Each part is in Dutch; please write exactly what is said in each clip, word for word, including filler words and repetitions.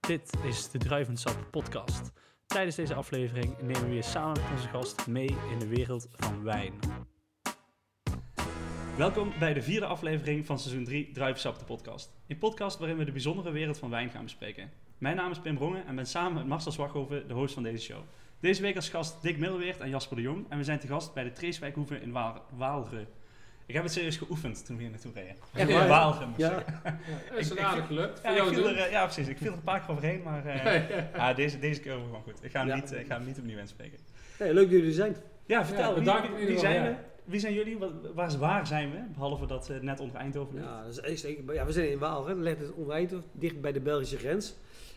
Dit is de Druivensap podcast. Tijdens deze aflevering nemen we weer samen met onze gast mee in de wereld van wijn. Welkom bij de vierde aflevering van seizoen drie Druivensap de podcast. Een podcast waarin we de bijzondere wereld van wijn gaan bespreken. Mijn naam is Pim Brongen en ben samen met Marcel Zwaghoven de host van deze show. Deze week als gast Dick Middelweert en Jasper de Jong en we zijn te gast bij de Treeswijkhoeve in Waal- Waalre. Ik heb het serieus geoefend toen we hier naartoe reden. Echt Ja, waar? Waalre moest Ja. ik. Dat is een aardig gelukt. Ja, ik viel er, eh, ja, precies. Ik viel er een paar keer overheen, maar uh, Ja, ja. ja, deze, deze keer gewoon goed. Ik ga hem, Ja. niet, ik ga hem niet opnieuw inspreken. Hey, leuk dat jullie er zijn. Ja, vertel. Ja, wie, bedankt in wie, ieder wie geval, zijn ja. we? Wie zijn jullie? Wat, waar, waar zijn we? Behalve dat uh, net onder Eindhoven ligt. Ja, dat is echt, ja, we zijn in Waal, hè. Dat ligt het onder Eindhoven, dicht bij de Belgische grens.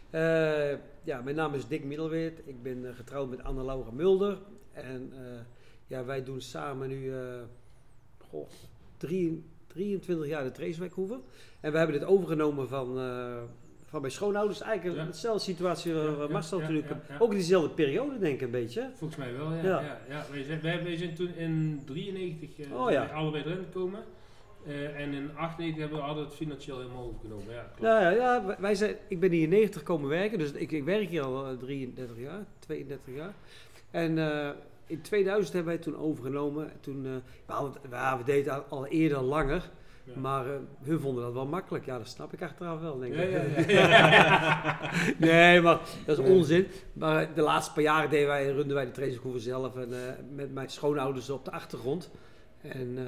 Uh, ja, mijn naam is Dick Middelweert. Ik ben uh, getrouwd met Anne-Laura Mulder. En uh, ja, wij doen samen nu uh, goh, drie, drieëntwintig jaar de Treeswijkhoeve. En we hebben dit overgenomen van, uh, van mijn schoonouders. Eigenlijk Ja. dezelfde situatie waar Ja, Marcel ja, natuurlijk. ja, ja. Ook in diezelfde periode denk ik een beetje. Hè? Volgens mij wel, ja. Ja. ja. ja, Wij, zijn, wij, wij zijn toen in drieënnegentig uh, Oh, ja. allebei erin gekomen. Uh, en in achtennegentig hebben we altijd het financieel helemaal overgenomen. Ja, klopt. Ja, ja, ja, wij zijn, ik ben hier in negentig komen werken, dus ik, ik werk hier al uh, drieëndertig jaar, tweeëndertig jaar. En uh, in tweeduizend hebben wij toen overgenomen. Toen, uh, we, hadden, ja, we deden het al eerder langer, Ja. maar uh, hun vonden dat wel makkelijk. Ja, dat snap ik achteraf wel, denk Ja, ik. ja, ja, ja. Nee, maar dat is Ja. onzin. Maar de laatste paar jaren deden wij, runden wij de Treeswijkhoeve zelf en uh, met mijn schoonouders op de achtergrond. En uh,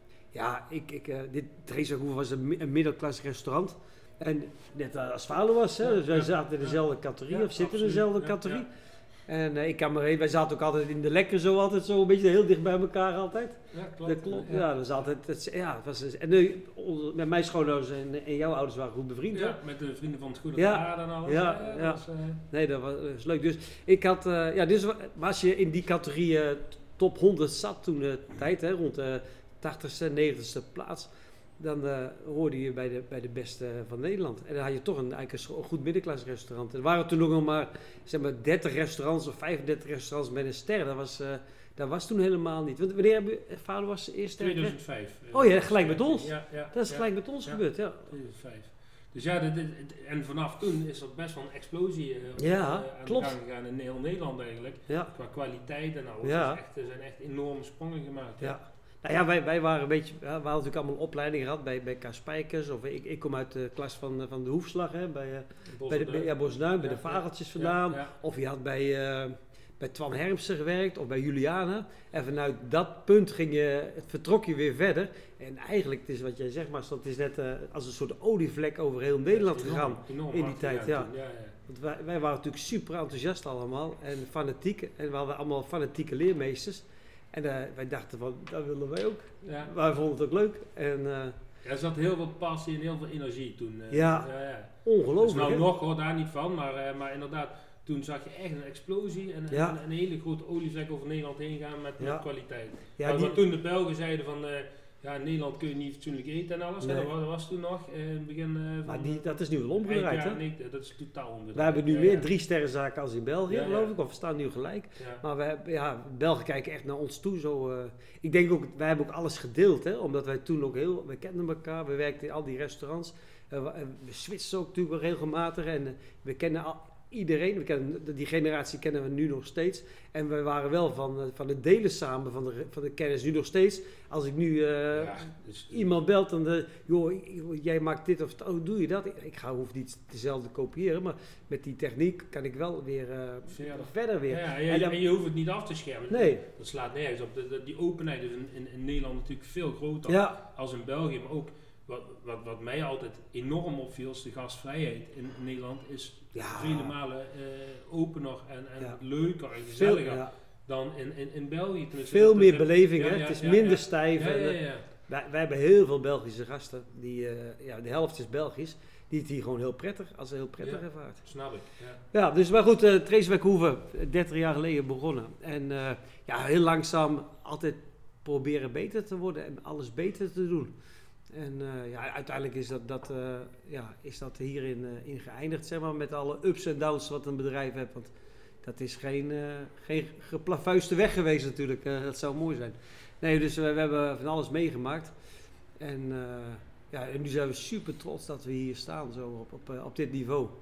ja, ik, ik, uh, dit Treeswijkhoeve was een, mi- een middelklasse restaurant. En net uh, als Falo was, hè, dus wij zaten in dezelfde categorie, Ja, of zitten in absoluut. dezelfde Ja, categorie. ja. En uh, ik kan me heen, wij zaten ook altijd in de lekker zo, altijd zo een beetje heel dicht bij elkaar altijd. Ja, klopt. Dat klopt, ja, dat was altijd, het, ja, het was, en nu, onze- met mijn schoonouders en, en jouw ouders waren goed bevriend, hè? Ja, met de vrienden van het goede Ja. Aarde en alles. Ja, dat ja. was, uh, Nee, dat was, dat was leuk. Dus ik had, uh, ja, dus, wa- maar als je in die categorie uh, top honderd zat toen de tijd, hè, rond de tachtigste, negentigste plaats, dan uh, hoorde je bij de, bij de beste van Nederland. En dan had je toch een, eigenlijk een scho- goed middenklasse restaurant. Er waren toen ook nog maar, zeg maar dertig restaurants of vijfendertig restaurants met een ster. Dat was, uh, dat was toen helemaal niet. Want wanneer heb je, vader was eerst ster? tweeduizend vijf. uh, Oh ja, gelijk met ons. Ja, ja, Dat is ja. gelijk met ons Ja. gebeurd, ja. tweeduizend vijf. Dus ja, dit- dit- en vanaf toen is er best wel een explosie uh, Ja, uh, aan klopt. de gang gegaan in heel Nederland eigenlijk. Ja. Qua kwaliteit en alles. Ja. Dus echt, er zijn echt enorme sprongen gemaakt. Ja. Nou ja, wij, wij waren een beetje, ja, we hadden natuurlijk allemaal opleidingen gehad bij, bij K. Spijkers. Of ik, ik kom uit de klas van, van de Hoefslag, hè, bij, uh, bij de bij, ja, Bosduin, bij Ja, de Vageltjes ja, vandaan. ja. Of je had bij, uh, bij Twan Hermsen gewerkt of bij Juliana. En vanuit dat punt ging je, vertrok je weer verder. En eigenlijk, het is wat jij zegt, maar het is net uh, als een soort olievlek over heel Nederland Enorm, gegaan. enorm in die hard tijd, gegaan ja. toen, ja, ja. Want wij, wij waren natuurlijk super enthousiast allemaal en fanatiek. En we hadden allemaal fanatieke leermeesters. En uh, wij dachten van, dat willen wij ook. Ja. Wij vonden het ook leuk. En uh, Ja, er zat heel veel passie en heel veel energie toen. uh, Ja. ja, ja. ongelooflijk. Dus nou hè? nog hoor daar niet van, maar, uh, maar inderdaad, toen zag je echt een explosie en, Ja. en een hele grote olievlek over Nederland heen gaan met, Ja. met kwaliteit. Ja, maar die- wat toen de Belgen zeiden van, uh, ja, in Nederland kun je niet fatsoenlijk eten en alles, Nee. hè, dat, was, dat was toen nog uh, in het begin uh, van... maar die, uh, dat is nu wel eind omgedraaid, hè? jaren negentig, dat is totaal omgedraaid. We hebben nu Ja, weer ja. drie sterrenzaken als in België, Ja, ja. geloof ik. Of we staan nu gelijk. Ja. Maar we hebben, ja, Belgen kijken echt naar ons toe. Zo, uh, ik denk ook, wij hebben ook alles gedeeld, hè? Omdat wij toen ook heel, we kenden elkaar, we werkten in al die restaurants. Uh, we, we switchten ook natuurlijk wel regelmatig en uh, we kennen al, iedereen. We kennen, die generatie kennen we nu nog steeds. En we waren wel van, uh, van het delen samen van de, van de kennis nu nog steeds. Als ik nu uh, Ja, dus- iemand belt en uh, joh, jij maakt dit of oh, doe je dat? Ik, ik ga hoef niet dezelfde kopiëren, maar met die techniek kan ik wel weer uh, Verder. verder weer. Ja, ja, En dan- en je hoeft het niet af te schermen. Nee. Dat slaat nergens op. De, de- die openheid is in, in, in Nederland natuurlijk veel groter Ja. als in België. Maar ook wat, wat, wat mij altijd enorm opviel, is de gastvrijheid in Nederland is Ja. vele malen uh, opener en, en Ja. leuker en Veel, gezelliger ja, dan in, in, in België. Tenminste, veel dat- meer dat- beleving, ja, hè? ja, Het is ja, minder ja. stijf. Ja, en, ja, uh, ja. Wij, wij hebben heel veel Belgische gasten, die, uh, ja, de helft is Belgisch, die het hier gewoon heel prettig, als heel prettig Ja. ervaart. Snap ik. Ja. Ja, dus maar goed, uh, Treeswijkhoeve, dertig jaar geleden begonnen. En uh, ja, heel langzaam altijd proberen beter te worden en alles beter te doen. En uh, ja, uiteindelijk is dat, dat, uh, ja, is dat hierin uh, in geëindigd, zeg maar, met alle ups en downs wat een bedrijf heeft. Want dat is geen, uh, geen geplavuiste weg geweest natuurlijk, uh, dat zou mooi zijn. Nee, dus uh, we hebben van alles meegemaakt. En, uh, ja, en nu zijn we super trots dat we hier staan, zo op, op, uh, op dit niveau.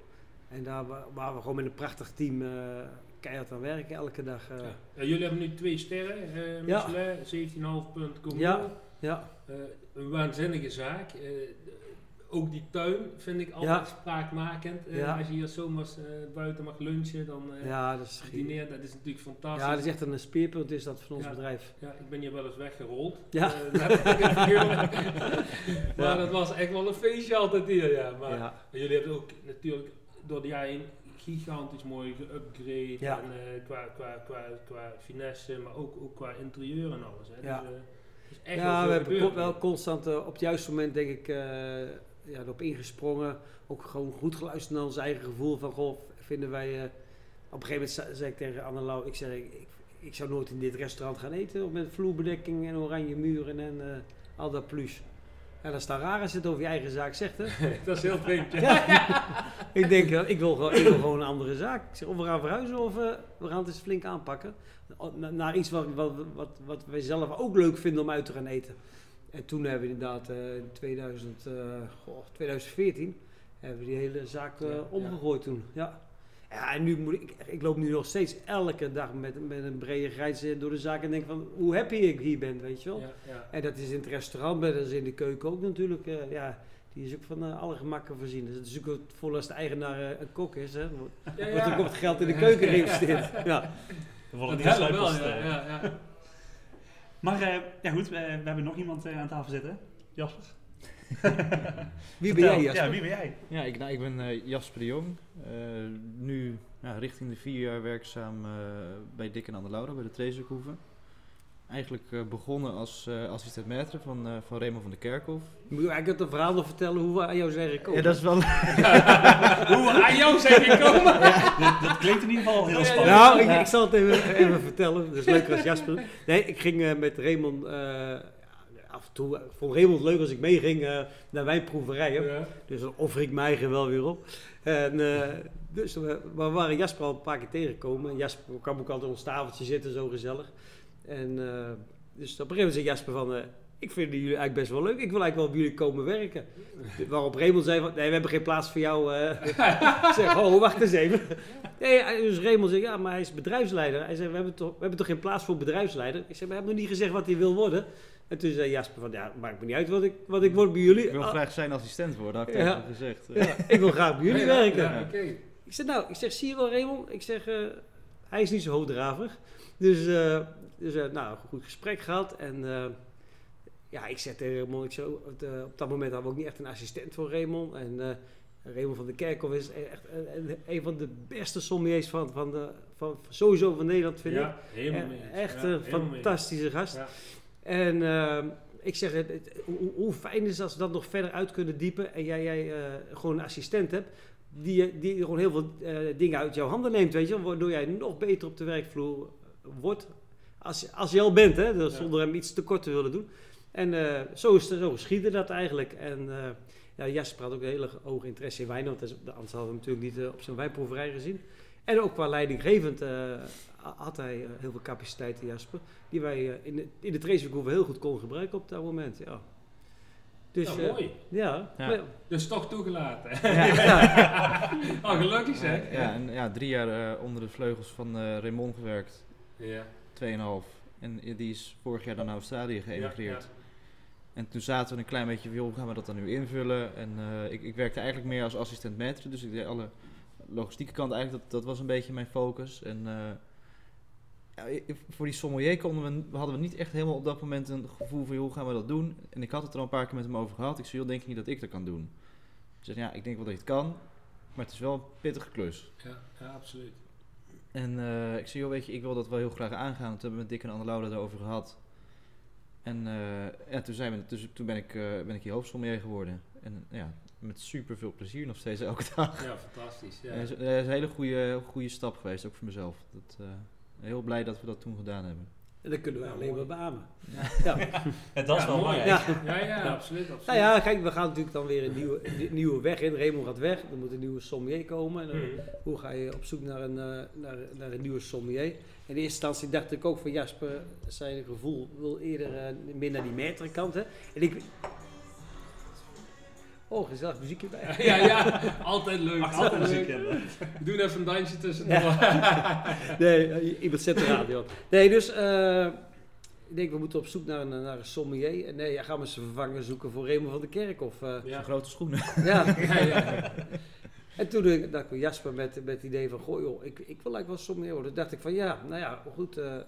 En daar wa- waren we gewoon met een prachtig team uh, keihard aan werken elke dag. Uh. Ja. Ja, jullie hebben nu twee sterren, uh, Ja. Michelin, zeventien komma vijf punt Combo. Ja, ja. Uh, een waanzinnige zaak. Uh, ook die tuin vind ik altijd Ja. spraakmakend. Uh, Ja. Als je hier zomers uh, buiten mag lunchen, dan uh, Ja, dat is diner, dat is natuurlijk fantastisch. Ja, dat is echt een speerpunt is dat van ons Ja. bedrijf. Ja, ik ben hier wel eens weggerold. Ja. Uh, letterlijk en figuurlijk. maar Ja. dat was echt wel een feestje altijd hier, ja. Maar Ja. jullie hebben ook natuurlijk door de jaren heen gigantisch mooi geupgrade. Ja. En, uh, qua, qua, qua, qua finesse, maar ook, ook qua interieur en alles. Hè. Ja. Dus, uh, is echt Ja, wel we veel hebben gebeurd. co- wel constant uh, op het juiste moment denk ik uh, ja, erop ingesprongen. Ook gewoon goed geluisterd naar ons eigen gevoel van goh, vinden wij... Uh, op een gegeven moment zei, zei ik tegen Anne-Lau, ik zeg ik, ik, ik zou nooit in dit restaurant gaan eten met vloerbedekking en oranje muren en uh, al dat plus. Ja, dat is dan raar als je het over je eigen zaak zegt, hè? Dat is heel vreemd. Ja. Ja. Ik denk, uh, ik, wil gewoon, ik wil gewoon een andere zaak. Ik zeg, of we gaan verhuizen of uh, we gaan het eens flink aanpakken. Na, naar iets wat, wat, wat, wat wij zelf ook leuk vinden om uit te gaan eten. En toen hebben we inderdaad uh, in tweeduizend, uh, goh, tweeduizend veertien hebben we die hele zaak uh, Ja, omgegooid ja. toen. Ja. Ja, en nu moet ik, ik loop nu nog steeds elke dag met, met een brede grijns door de zaak en denk van hoe happy ik hier ben, weet je wel. Ja, ja. En dat is in het restaurant, maar dat is in de keuken ook natuurlijk. Uh, ja, die is ook van uh, alle gemakken voorzien. Dus het is ook vol als de eigenaar uh, een kok is. Hè. Er wordt, Ja, ja. wordt ook op het geld in de keuken geïnvesteerd. Ja. Dat Dat helpt wel, ja. ja, ja. Maar uh, ja goed, we, we hebben nog iemand uh, aan tafel zitten. Jasper. Wie ben jij, Jasper? Ja, wie ben jij? Ja, ik, nou, ik ben uh, Jasper de Jong. Uh, nu ja, richting de vier jaar werkzaam uh, bij Dick en Anne-Laura bij de Trezehoeve. Eigenlijk uh, begonnen als uh, assistent maître van, uh, van Raymond van der Kerkhof. Moet je eigenlijk het verhaal nog vertellen hoe we aan jou zijn gekomen? Ja, dat is wel... Hoe we aan jou zijn gekomen. Ja, dat, dat klinkt in ieder geval heel spannend. Nou, ik, ik zal het even, even vertellen. Dat is leuker als Jasper. Nee, ik ging uh, met Raymond... Uh, af en toe, ik vond Raymond leuk als ik meeging uh, naar wijnproeverijen. Ja. Dus dan offer ik mij eigen wel weer op. En, uh, dus we, we waren Jasper al een paar keer tegengekomen. En Jasper kwam ook altijd op ons tafeltje zitten, zo gezellig. En uh, dus op een gegeven moment zei Jasper van... Uh, ik vind jullie eigenlijk best wel leuk. Ik wil eigenlijk wel bij jullie komen werken. Waarop Raymond zei van... Nee, we hebben geen plaats voor jou. Uh. Ik zeg, oh, wacht eens even. Nee, dus Raymond zei, ja, maar hij is bedrijfsleider. Hij zei, we hebben toch, we hebben toch geen plaats voor bedrijfsleider? Ik zei, we hebben nog niet gezegd wat hij wil worden. En toen zei Jasper van, ja, maakt me niet uit wat ik, wat ik word bij jullie. Ik wil Ah, graag zijn assistent worden, had ik Ja. tegen gezegd. ja, ik wil graag bij jullie Ja, werken. Ja, okay. Ik zeg, nou, ik zeg, zie je wel Raymond? Ik zeg, uh, hij is niet zo hoogdravig. Dus, uh, dus uh, nou, een goed gesprek gehad. En uh, ja, ik zeg tegen Raymond, ik zeg, uh, op dat moment hadden we ook niet echt een assistent voor Raymond. En uh, Raymond van der Kerkhof is echt een, een van de beste sommeliers van, van, de, van sowieso van Nederland, vind ik. Ja, helemaal mee eens. Echt Ja, een helemaal mee fantastische gast. Ja. En uh, ik zeg, het, het, hoe, hoe fijn is het als we dat nog verder uit kunnen diepen en jij, jij uh, gewoon een assistent hebt die, die gewoon heel veel uh, dingen uit jouw handen neemt, weet je, waardoor jij nog beter op de werkvloer wordt als, als je al bent, hè, dus Ja. zonder hem iets tekort te willen doen. En uh, zo, is het, zo geschiedde dat eigenlijk. En uh, ja, Jasper had ook een hele hoge interesse in wijn, want dat is, anders hadden we hem natuurlijk niet uh, op zijn wijnproeverij gezien. En ook qua leidinggevend uh, had hij uh, heel veel capaciteiten, Jasper, die wij uh, in de, in de Trezehoeve heel goed konden gebruiken op dat moment. Ja. Dus, Ja, uh, mooi. ja, Ja. maar- Dus toch toegelaten. Ja. ja. Oh, gelukkig zeg. Ja, en ja, drie jaar uh, onder de vleugels van uh, Raymond gewerkt. Ja. Tweeënhalf. En die is vorig jaar dan naar Australië geëmigreerd. Ja, En toen zaten we een klein beetje van, joh, hoe gaan we dat dan nu invullen? En uh, ik, ik werkte eigenlijk meer als assistent maître, dus ik deed alle logistieke kant eigenlijk, dat, dat was een beetje mijn focus. En uh, ja, voor die sommelier konden we, hadden we niet echt helemaal op dat moment een gevoel van, joh, hoe gaan we dat doen? En ik had het er al een paar keer met hem over gehad. Ik zei, joh, denk je niet dat ik dat kan doen? Ik zei, ja, ik denk wel dat je het kan, maar het is wel een pittige klus. ja, ja, absoluut. En uh, ik zei, joh, weet je, ik wil dat wel heel graag aangaan. Toen hebben we met Dick en Anne-Laura daarover gehad. En uh, ja, toen, zijn we, dus, toen ben, ik, uh, ben ik hier hoofdsommelier geworden. En ja, met super veel plezier nog steeds elke dag. Ja, fantastisch. Ja. En het is, het is een hele goede, goede stap geweest, ook voor mezelf. Dat, uh, heel blij dat we dat toen gedaan hebben. En dat kunnen we Ja, alleen mooi. maar beamen. Ja. Ja. Ja, dat is Ja, wel mooi. mooi. Ja. Ja, ja, absoluut. absoluut. Nou ja, kijk, we gaan natuurlijk dan weer een nieuwe, een nieuwe weg in. Raymond gaat weg, er moet een nieuwe sommelier komen. En dan, Mhm. hoe ga je op zoek naar een, uh, naar, naar een nieuwe sommelier? In eerste instantie dacht ik ook van Jasper, zijn gevoel wil eerder uh, meer naar die maître kant. Hè? En ik, Oh, gezellig muziekje bij. ja, ja, altijd leuk. Altijd Altijd muziek leuk. in. We doen even een dansje tussen. Nee, eh, iemand zet de radio op. Nee, dus eh, ik denk we moeten op zoek naar een, naar een sommelier. En nee, ja, gaan we ze vervangen zoeken voor Raymond van der Kerk. Of, eh, Ja. Grote schoenen. ja. Ja, ja. En toen eh, dacht ik Jasper met, met het idee van, goh joh, ik, ik wil eigenlijk wel sommelier worden. Toen dacht ik van ja, nou ja, goed. eh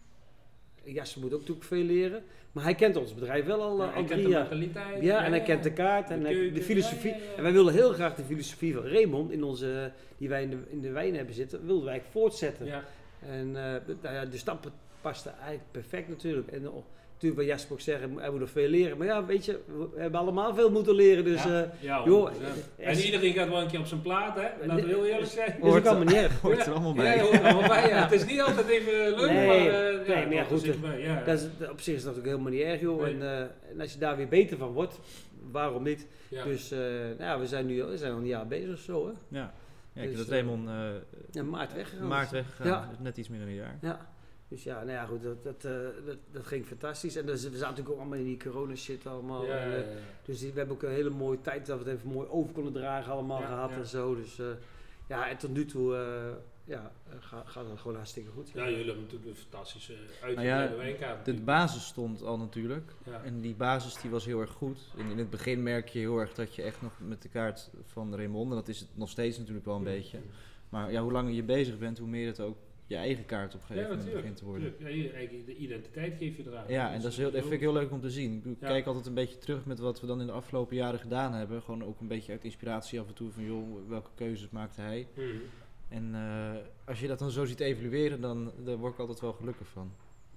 Jasper moet ook natuurlijk veel leren. Maar hij kent ons bedrijf wel al, Ja, eh, hij al kent drie de jaar. mentaliteit. Ja, en hij kent de kaart en De hij- keuken, de filosofie. ja, ja, ja. En wij willen heel graag de filosofie van Raymond, in onze, die wij in de, in de wijn hebben zitten, wilden wij eigenlijk voortzetten. Ja. En uh, nou ja, de stappen pasten eigenlijk perfect natuurlijk. En oh, natuurlijk wat Jasper ook zeggen, hij moet nog veel leren. Maar ja, weet je, we hebben allemaal veel moeten leren. Dus Ja. eh, Ja, joh, honderd procent. er En is- iedereen gaat wel een keer op zijn plaat, hè? Laten we heel eerlijk zijn. is ook allemaal niet erg. Hoort er allemaal bij. Ja, je hoort er allemaal bij. Ja. Het is niet altijd even leuk, Nee, maar... uh, nee, ja, maar ja, het hoort goed, er zeker bij, ja. Dat is, op zich is dat ook helemaal niet erg, joh. Nee. En, uh, en als je daar weer beter van wordt, waarom niet? Ja. Dus uh, nou ja, we zijn nu we zijn al een jaar bezig of zo, hè? Ja, ja ik Dus, dat eh, Raymond uh, Ja, maart weggegaan. maart weggegaan. Ja. Dus net iets meer dan een jaar. Ja. Dus ja, nou ja, goed, dat, dat, uh, dat, dat ging fantastisch. En dus, we zaten natuurlijk ook allemaal in die corona shit allemaal. Ja, En, ja, uh, ja. dus die- we hebben ook een hele mooie tijd dat we het even mooi over konden dragen allemaal Ja, gehad ja. en zo. Dus uh, ja, en tot nu toe uh, ja, uh, gaat, gaat het gewoon hartstikke goed. Ja, jullie hebben natuurlijk een fantastische Nou uitgebreide ja, wijnkaart. De basis stond al natuurlijk. Ja. En die basis die was heel erg goed. In, in het begin merk je heel erg dat je echt nog met de kaart van Raymond, en dat is het nog steeds natuurlijk wel een beetje. Maar ja, hoe langer je bezig bent, hoe meer het ook je eigen kaart op een Ja, gegeven moment natuurlijk. begint te worden. natuurlijk. Ja, je, eigenlijk de identiteit geef je eraan. Ja, en dat, is heel, dat vind ik heel leuk om te zien. Ik, bedoel, ik Ja. kijk altijd een beetje terug met wat we dan in de afgelopen jaren gedaan hebben. Gewoon ook een beetje uit inspiratie af en toe van, joh, welke keuzes maakte hij? Mhm. En uh, als je dat dan zo ziet evalueren, dan daar word ik altijd wel gelukkig van.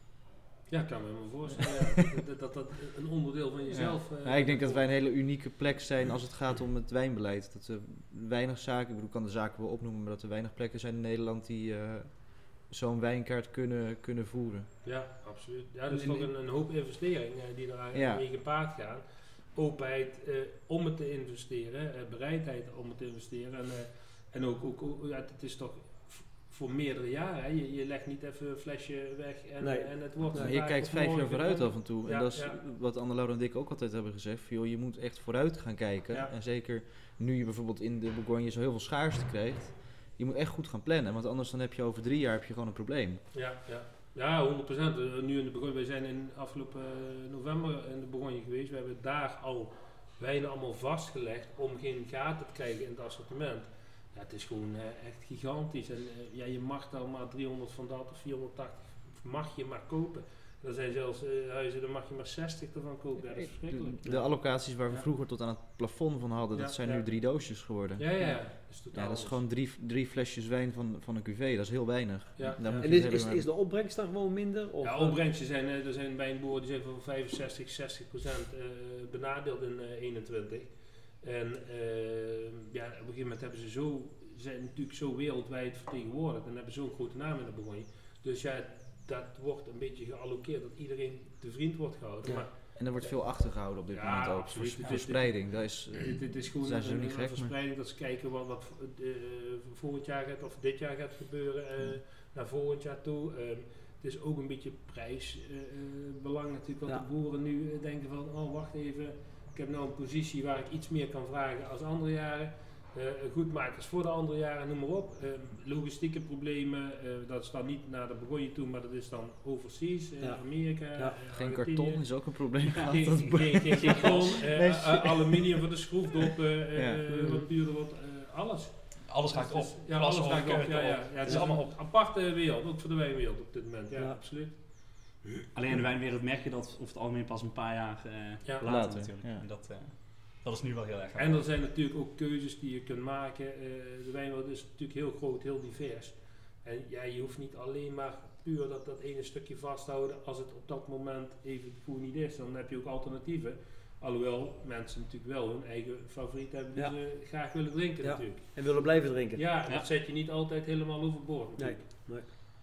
Ja, ik kan me wel voorstellen ja, dat, dat dat een onderdeel van jezelf... Ja. eh, Ja, ik denk dat wij een hele unieke plek zijn als het gaat om het wijnbeleid. Dat er weinig zaken, ik bedoel, ik kan de zaken wel opnoemen, maar dat er weinig plekken zijn in Nederland die uh, zo'n wijnkaart kunnen, kunnen voeren. Ja, absoluut. Ja, dat is In- toch in- een, een hoop investering uh, die er Ja. mee gepaard gaan. Openheid uh, om het te investeren, uh, bereidheid om het te investeren. En, uh, en ook, ook, ook ja, het is toch v- voor meerdere jaren. Hè. Je, je legt niet even een flesje weg en, Nee. en het wordt... Maar vandaag je kijkt of vijf jaar morgen vooruit gedaan. af en toe. Ja, en dat is ja. wat Anne-Laura en ik ook altijd hebben gezegd. Joh, je moet echt vooruit gaan kijken. Ja. En zeker nu je bijvoorbeeld in de Bourgogne zo heel veel schaarste krijgt. Je moet echt goed gaan plannen. Want anders dan heb je over drie jaar heb je gewoon een probleem. Ja, ja. Ja, honderd procent. Uh, nu in de Bourgogne, wij zijn in afgelopen uh, november in de Bourgogne geweest. We hebben daar al wijnen allemaal vastgelegd om geen gaten te krijgen in het assortiment. Ja, het is gewoon uh, echt gigantisch. En uh, ja, je mag dan maar driehonderd van dat of vierhonderdtachtig mag je maar kopen. Er zijn zelfs uh, huizen, daar mag je maar zestig ervan kopen. Ja, dat is De, verschrikkelijk. de allocaties waar we Ja. vroeger tot aan het plafond van hadden, dat Ja, zijn ja. nu drie doosjes geworden. Ja, ja, ja. Dat is totaal Ja, dat is anders. gewoon drie, drie flesjes wijn van, van een cuvée. Dat is heel weinig. Ja. Daar moet En je is, het is, helemaal- is de opbrengst dan gewoon minder? Of, Ja, eh, opbrengsten zijn, uh, er zijn wijnboeren die zijn van vijfenzestig, zestig procent uh, benadeeld in uh, eenentwintig. En uh, ja, op een gegeven moment hebben ze zo, zijn natuurlijk zo wereldwijd vertegenwoordigd en hebben zo'n grote naam in de Bourgogne. Dus ja, dat wordt een beetje geallokeerd, dat iedereen te vriend wordt gehouden. Ja. Maar En er wordt veel achtergehouden op dit Ja, moment ook. absoluut. Vers- Dit is- verspreiding, dat is... eh, dit, dit is gewoon zijn ze een, niet een gek, maar- verspreiding dat ze kijken wat, wat uh, volgend jaar gaat of dit jaar gaat gebeuren uh, naar volgend jaar toe. Uh, het is ook een beetje prijsbelang uh, natuurlijk, wat Ja. de boeren nu uh, denken van, oh wacht even, ik heb nou een positie waar ik iets meer kan vragen als andere jaren. Uh, goedmakers voor de andere jaren, noem maar op. Uh, logistieke problemen, uh, dat is dan niet naar de Bourgogne toe, maar dat is dan overseas, uh, Ja. Amerika. Ja. uh, Geen Argentinië. karton is ook een probleem. Ja, gehad. geen, Dat- geen, geen, geen karton, uh, Nee, uh, aluminium voor de schroefdop, uh, Ja. uh, wat duurder wordt, uh, alles. Alles raakt op. Dus, ja, Glas alles op, raakt op. keuken Ja, ja. op. Ja, Het is is allemaal een op. aparte wereld, ook voor de wijnwereld op dit moment. Ja, Ja. absoluut. Alleen in de wijnwereld merk je dat over het algemeen pas een paar jaar uh, Ja. later, Later, natuurlijk. ja. En dat, uh, dat is nu wel heel erg. En er zijn natuurlijk ook keuzes die je kunt maken. Uh, de wijnwereld is natuurlijk heel groot, heel divers. En ja, je hoeft niet alleen maar puur dat, dat ene stukje vasthouden als het op dat moment even goed niet is. Dan heb je ook alternatieven. Alhoewel mensen natuurlijk wel hun eigen favoriet hebben die Ja. ze graag willen drinken Ja. natuurlijk. En willen blijven drinken. Ja, en Ja. dat zet je niet altijd helemaal overboord natuurlijk. Nee.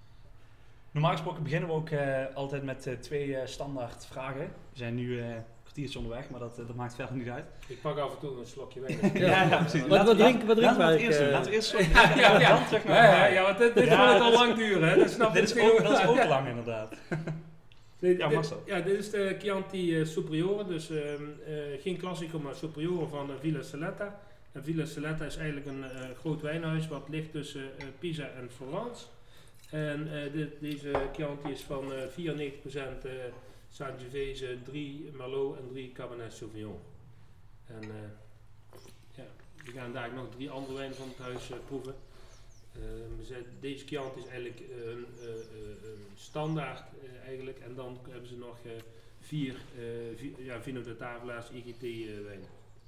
Normaal gesproken beginnen we ook uh, altijd met uh, twee uh, standaard vragen. We zijn nu uh, een kwartiertje onderweg, maar dat, uh, dat maakt verder niet uit. Ik pak af en toe een slokje wijn. Ja, ja, precies. Wat- Laten wat we- drinken- wat laten drinken we wij het eerst doen. eigenlijk, Laten we eerst zo ja, ja. dan terug naar Ja, ja, wijn. ja, want dit, dit Ja, gaat het al dat is- lang duren, hè? Dat snap Dit ik is ook, wel. dat is ook Ja. lang inderdaad. Nee, Ja, dit, Marcel. ja, dit is de Chianti uh, Superiore, dus uh, uh, geen Classico, maar Superiore van uh, Villa Saletta. En Villa Saletta is eigenlijk een uh, groot wijnhuis wat ligt tussen uh, Pisa en Florence. En uh, dit, deze Chianti is van uh, vierennegentig procent uh, Sangiovese, drie Merlot en drie Cabernet Sauvignon. En uh, ja, we gaan daar nog drie andere wijnen van het huis uh, proeven. Uh, we zijn, deze Chianti is eigenlijk uh, een uh, uh, standaard uh, eigenlijk. En dan hebben ze nog uh, vier, uh, vier ja, Vino de Tavela's I G T uh, wijnen.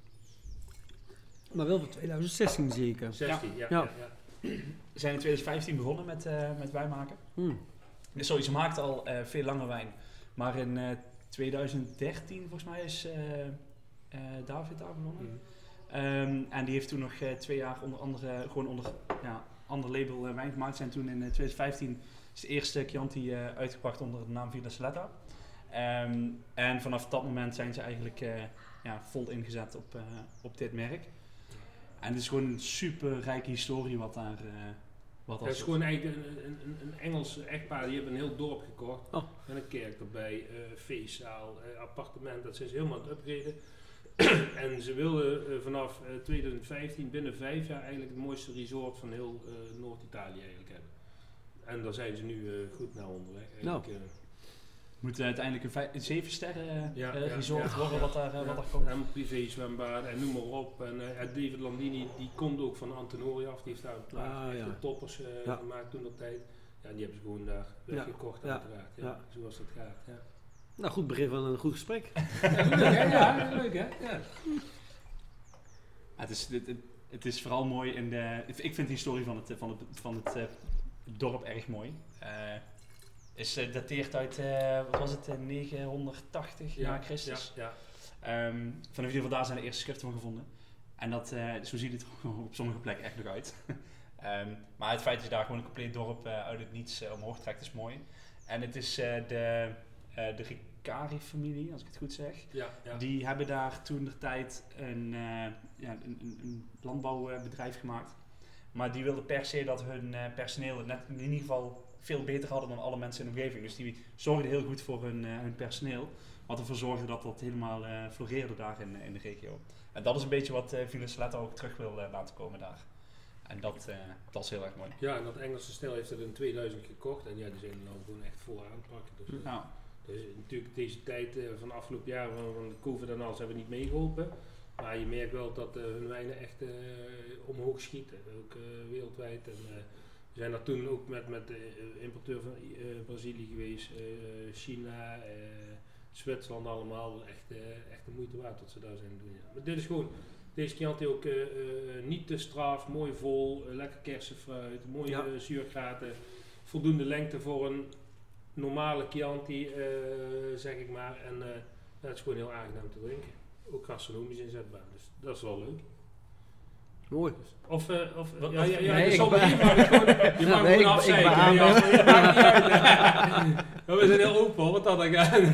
Maar wel voor twintig zestien zie ik. zestien, ja. Ja. ja, ja. We zijn in twintig vijftien begonnen met, uh, met wijn maken. Hmm. Dus sorry, ze maakten al uh, veel langer wijn. Maar in uh, twintig dertien volgens mij is uh, uh, David daar begonnen. Hmm. Um, en die heeft toen nog uh, twee jaar onder andere gewoon onder ja, ander label uh, wijn gemaakt. Zijn toen in uh, twintig vijftien is de eerste Chianti uh, uitgebracht onder de naam Villa Saletta. Um, en vanaf dat moment zijn ze eigenlijk uh, ja, vol ingezet op, uh, op dit merk. En het is gewoon een super rijke historie wat daar uh, wat Het is gewoon eigenlijk een, een, een, een Engels echtpaar, die hebben een heel dorp gekocht. Oh. Met een kerk erbij, uh, feestzaal, uh, appartement, dat zijn ze helemaal aan het upgraden. En ze wilden uh, vanaf uh, twintig vijftien binnen vijf jaar eigenlijk het mooiste resort van heel uh, Noord-Italië eigenlijk hebben. En daar zijn ze nu uh, goed naar onderweg. Nou. Uh, moet uh, uiteindelijk een, vijf, een zeven sterren uh, Ja, uh, ja, resort ja. worden wat daar, uh, ja, wat daar komt. en privé zwembaden en noem maar op. En uh, David Landini die komt ook van Antonori af, die heeft daar een paar Ah, echte ja. toppers uh, Ja. gemaakt toen dat tijd. Ja, die hebben ze gewoon daar weggekocht Ja. uiteraard. Ja, Ja. zoals dat gaat. Ja. Nou, goed begin van een goed gesprek. Ja, leuk hè? Ja, leuk hè? Ja. Ja, het, is, het, het, het is vooral mooi in de. Ik vind de historie van het, van het, van het uh, dorp erg mooi. Uh, is uh, dateert uit, uh, wat was het, uh, negenhonderdtachtig Ja, na Christus. Ja, ja. Um, vanaf ieder geval daar zijn de eerste schriften van gevonden. En dat, uh, zo ziet het er op sommige plekken echt nog uit. um, maar het feit dat je daar gewoon een compleet dorp uh, uit het niets uh, omhoog trekt is mooi. En het is uh, de, uh, de Ricari-familie, als ik het goed zeg. Ja, ja. Die hebben daar toen de tijd een, uh, ja, een, een, een landbouwbedrijf gemaakt. Maar die wilden per se dat hun uh, personeel het net in ieder geval veel beter hadden dan alle mensen in de omgeving. Dus die zorgden heel goed voor hun, uh, hun personeel. Wat ervoor zorgde dat dat helemaal uh, floreerde daar in, in de regio. En dat is een beetje wat uh, Villa Saletta ook terug wil uh, laten komen daar. En dat, uh, dat is heel erg mooi. Ja, en dat Engelse stel heeft het in tweeduizend gekocht. En ja, die zijn er nou gewoon echt vol aan het pakken. Dus, uh, Nou, dus natuurlijk deze tijd uh, van de afgelopen jaren van, van de COVID en alles hebben niet meegeholpen. Maar je merkt wel dat uh, hun wijnen echt uh, omhoog schieten. Ook uh, wereldwijd. En, uh, we zijn daar toen ook met, met de uh, importeur van uh, Brazilië geweest. Uh, China, uh, Zwitserland allemaal. Echt, uh, echt de moeite waard dat ze daar zijn doen. Ja. Maar dit is gewoon... Deze Chianti ook uh, uh, niet te straf, mooi vol, uh, lekker kersenfruit, mooie Ja. uh, zuurgraten. Voldoende lengte voor een normale Chianti, uh, zeg ik maar. En uh, dat is gewoon heel aangenaam te drinken. Ook gastronomisch inzetbaar, dus dat is wel leuk. Mooi. Of, uh, of Wat- ja, ja, ja, nee, de ik sommelier ben- mag het gewoon, je mag nee, gewoon ik- ik ben afzeiken. aan- Ja, ja, maakt niet uit. Maar we zijn heel open hoor, wat dat dan gaat.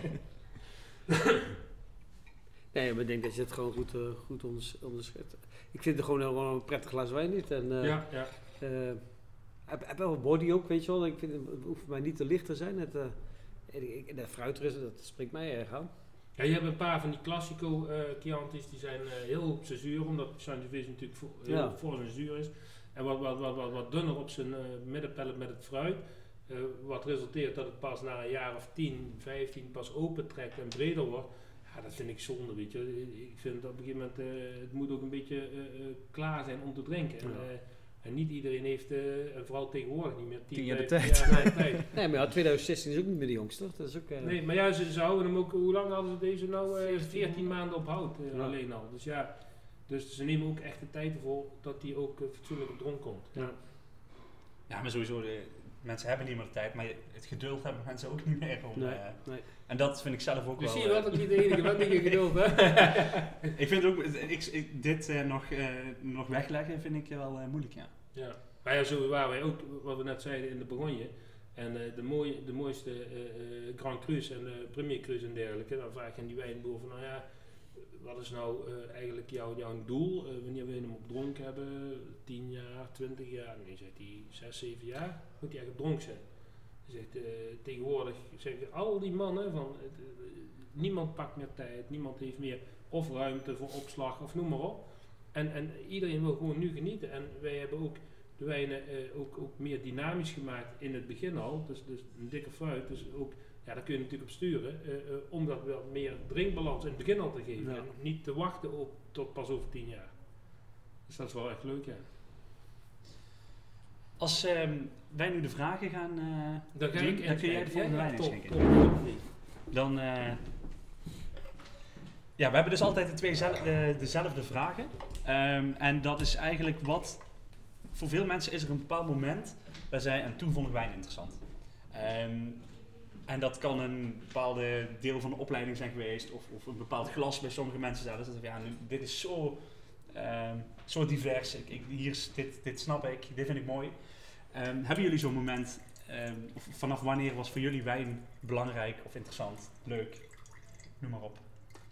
Nee, maar ik denk dat je het gewoon goed, uh, goed onders onderschept. Ik vind het gewoon heel een prettig glas wijn niet. En, uh, Ja, ja. uh, heb, heb wel een body ook, weet je wel. Ik vind het hoeft voor mij niet te licht te zijn. Het, uh, en ik- en de fruitrust, dat spreekt mij erg aan. Ja, je hebt een paar van die Classico uh, Chianti's, die zijn uh, heel op zijn zuur, omdat Sangiovese natuurlijk voor, heel Ja. voor zijn zuur is. En wat, wat, wat, wat, wat dunner op zijn uh, middenpellet met het fruit. Uh, wat resulteert dat het pas na een jaar of tien, vijftien pas open trekt en breder wordt. Ja, dat vind ik zonde, weet je. Ik vind dat op een gegeven moment, uh, het moet ook een beetje uh, uh, klaar zijn om te drinken. En, Ja. uh, en niet iedereen heeft, uh, en vooral tegenwoordig niet meer, Tien jaar de vijftien jaar de tijd. Nee, maar ja, twintig zestien is ook niet meer de jongste, toch? Dat is ook... Uh, Nee, maar ja, ze, ze houden hem ook, hoe lang hadden ze deze nou? Uh, veertien maanden op hout uh, Ja. alleen al. Dus ja, dus ze nemen ook echt de tijd ervoor dat die ook uh, fatsoenlijk op dronk komt. Ja. ja, maar sowieso, de, mensen hebben niet meer de tijd, maar het geduld hebben mensen ook niet meer. Om, Nee, uh, nee. En dat vind ik zelf ook Dus wel... zie je wel uh, dat ik niet de enige ben die je geduld hè? ik vind ook, ik, ik, dit uh, nog, uh, nog wegleggen vind ik wel uh, moeilijk, ja. Ja. Maar ja, zo waren wij ook, wat we net zeiden, in de Bourgogne. En uh, de, mooie, de mooiste uh, uh, Grand Crus en uh, Premier Crus en dergelijke. Dan vraag je aan die wijnboer van, nou ja, wat is nou uh, eigenlijk jouw, jouw doel? Uh, wanneer wil je hem op dronk hebben? tien jaar, twintig jaar? Nee, zegt hij, zes, zeven jaar. Moet hij echt op dronk zijn. Zegt, uh, tegenwoordig zeggen al die mannen van uh, niemand pakt meer tijd, niemand heeft meer of ruimte voor opslag of noem maar op. En, en iedereen wil gewoon nu genieten. En wij hebben ook de wijnen uh, ook, ook meer dynamisch gemaakt in het begin al. Dus, dus een dikke fruit. Dus ook, ja, daar kun je natuurlijk op sturen. Uh, uh, om dat wel meer drinkbalans in het begin al te geven. Ja. En niet te wachten op tot pas over tien jaar. Dus dat is wel echt leuk, ja. Als uh, wij nu de vragen gaan... Uh, Dan, ga Jim, ik dan kun jij de volgende ja, wijn top, inschenken. top, top. Dan... Uh, ja, we hebben dus altijd de twee zel- de, dezelfde vragen. Um, en dat is eigenlijk wat... Voor veel mensen is er een bepaald moment waar zij... En toen vond ik wijn interessant. Um, en dat kan een bepaalde deel van de opleiding zijn geweest. Of, of een bepaald glas bij sommige mensen zelfs. Dat ja, nu, dit is zo... Um, zo divers. Ik, ik, hier is, dit, dit snap ik. Dit vind ik mooi. Um, hebben jullie zo'n moment... Um, of vanaf wanneer was voor jullie wijn belangrijk of interessant? Leuk? Noem maar op.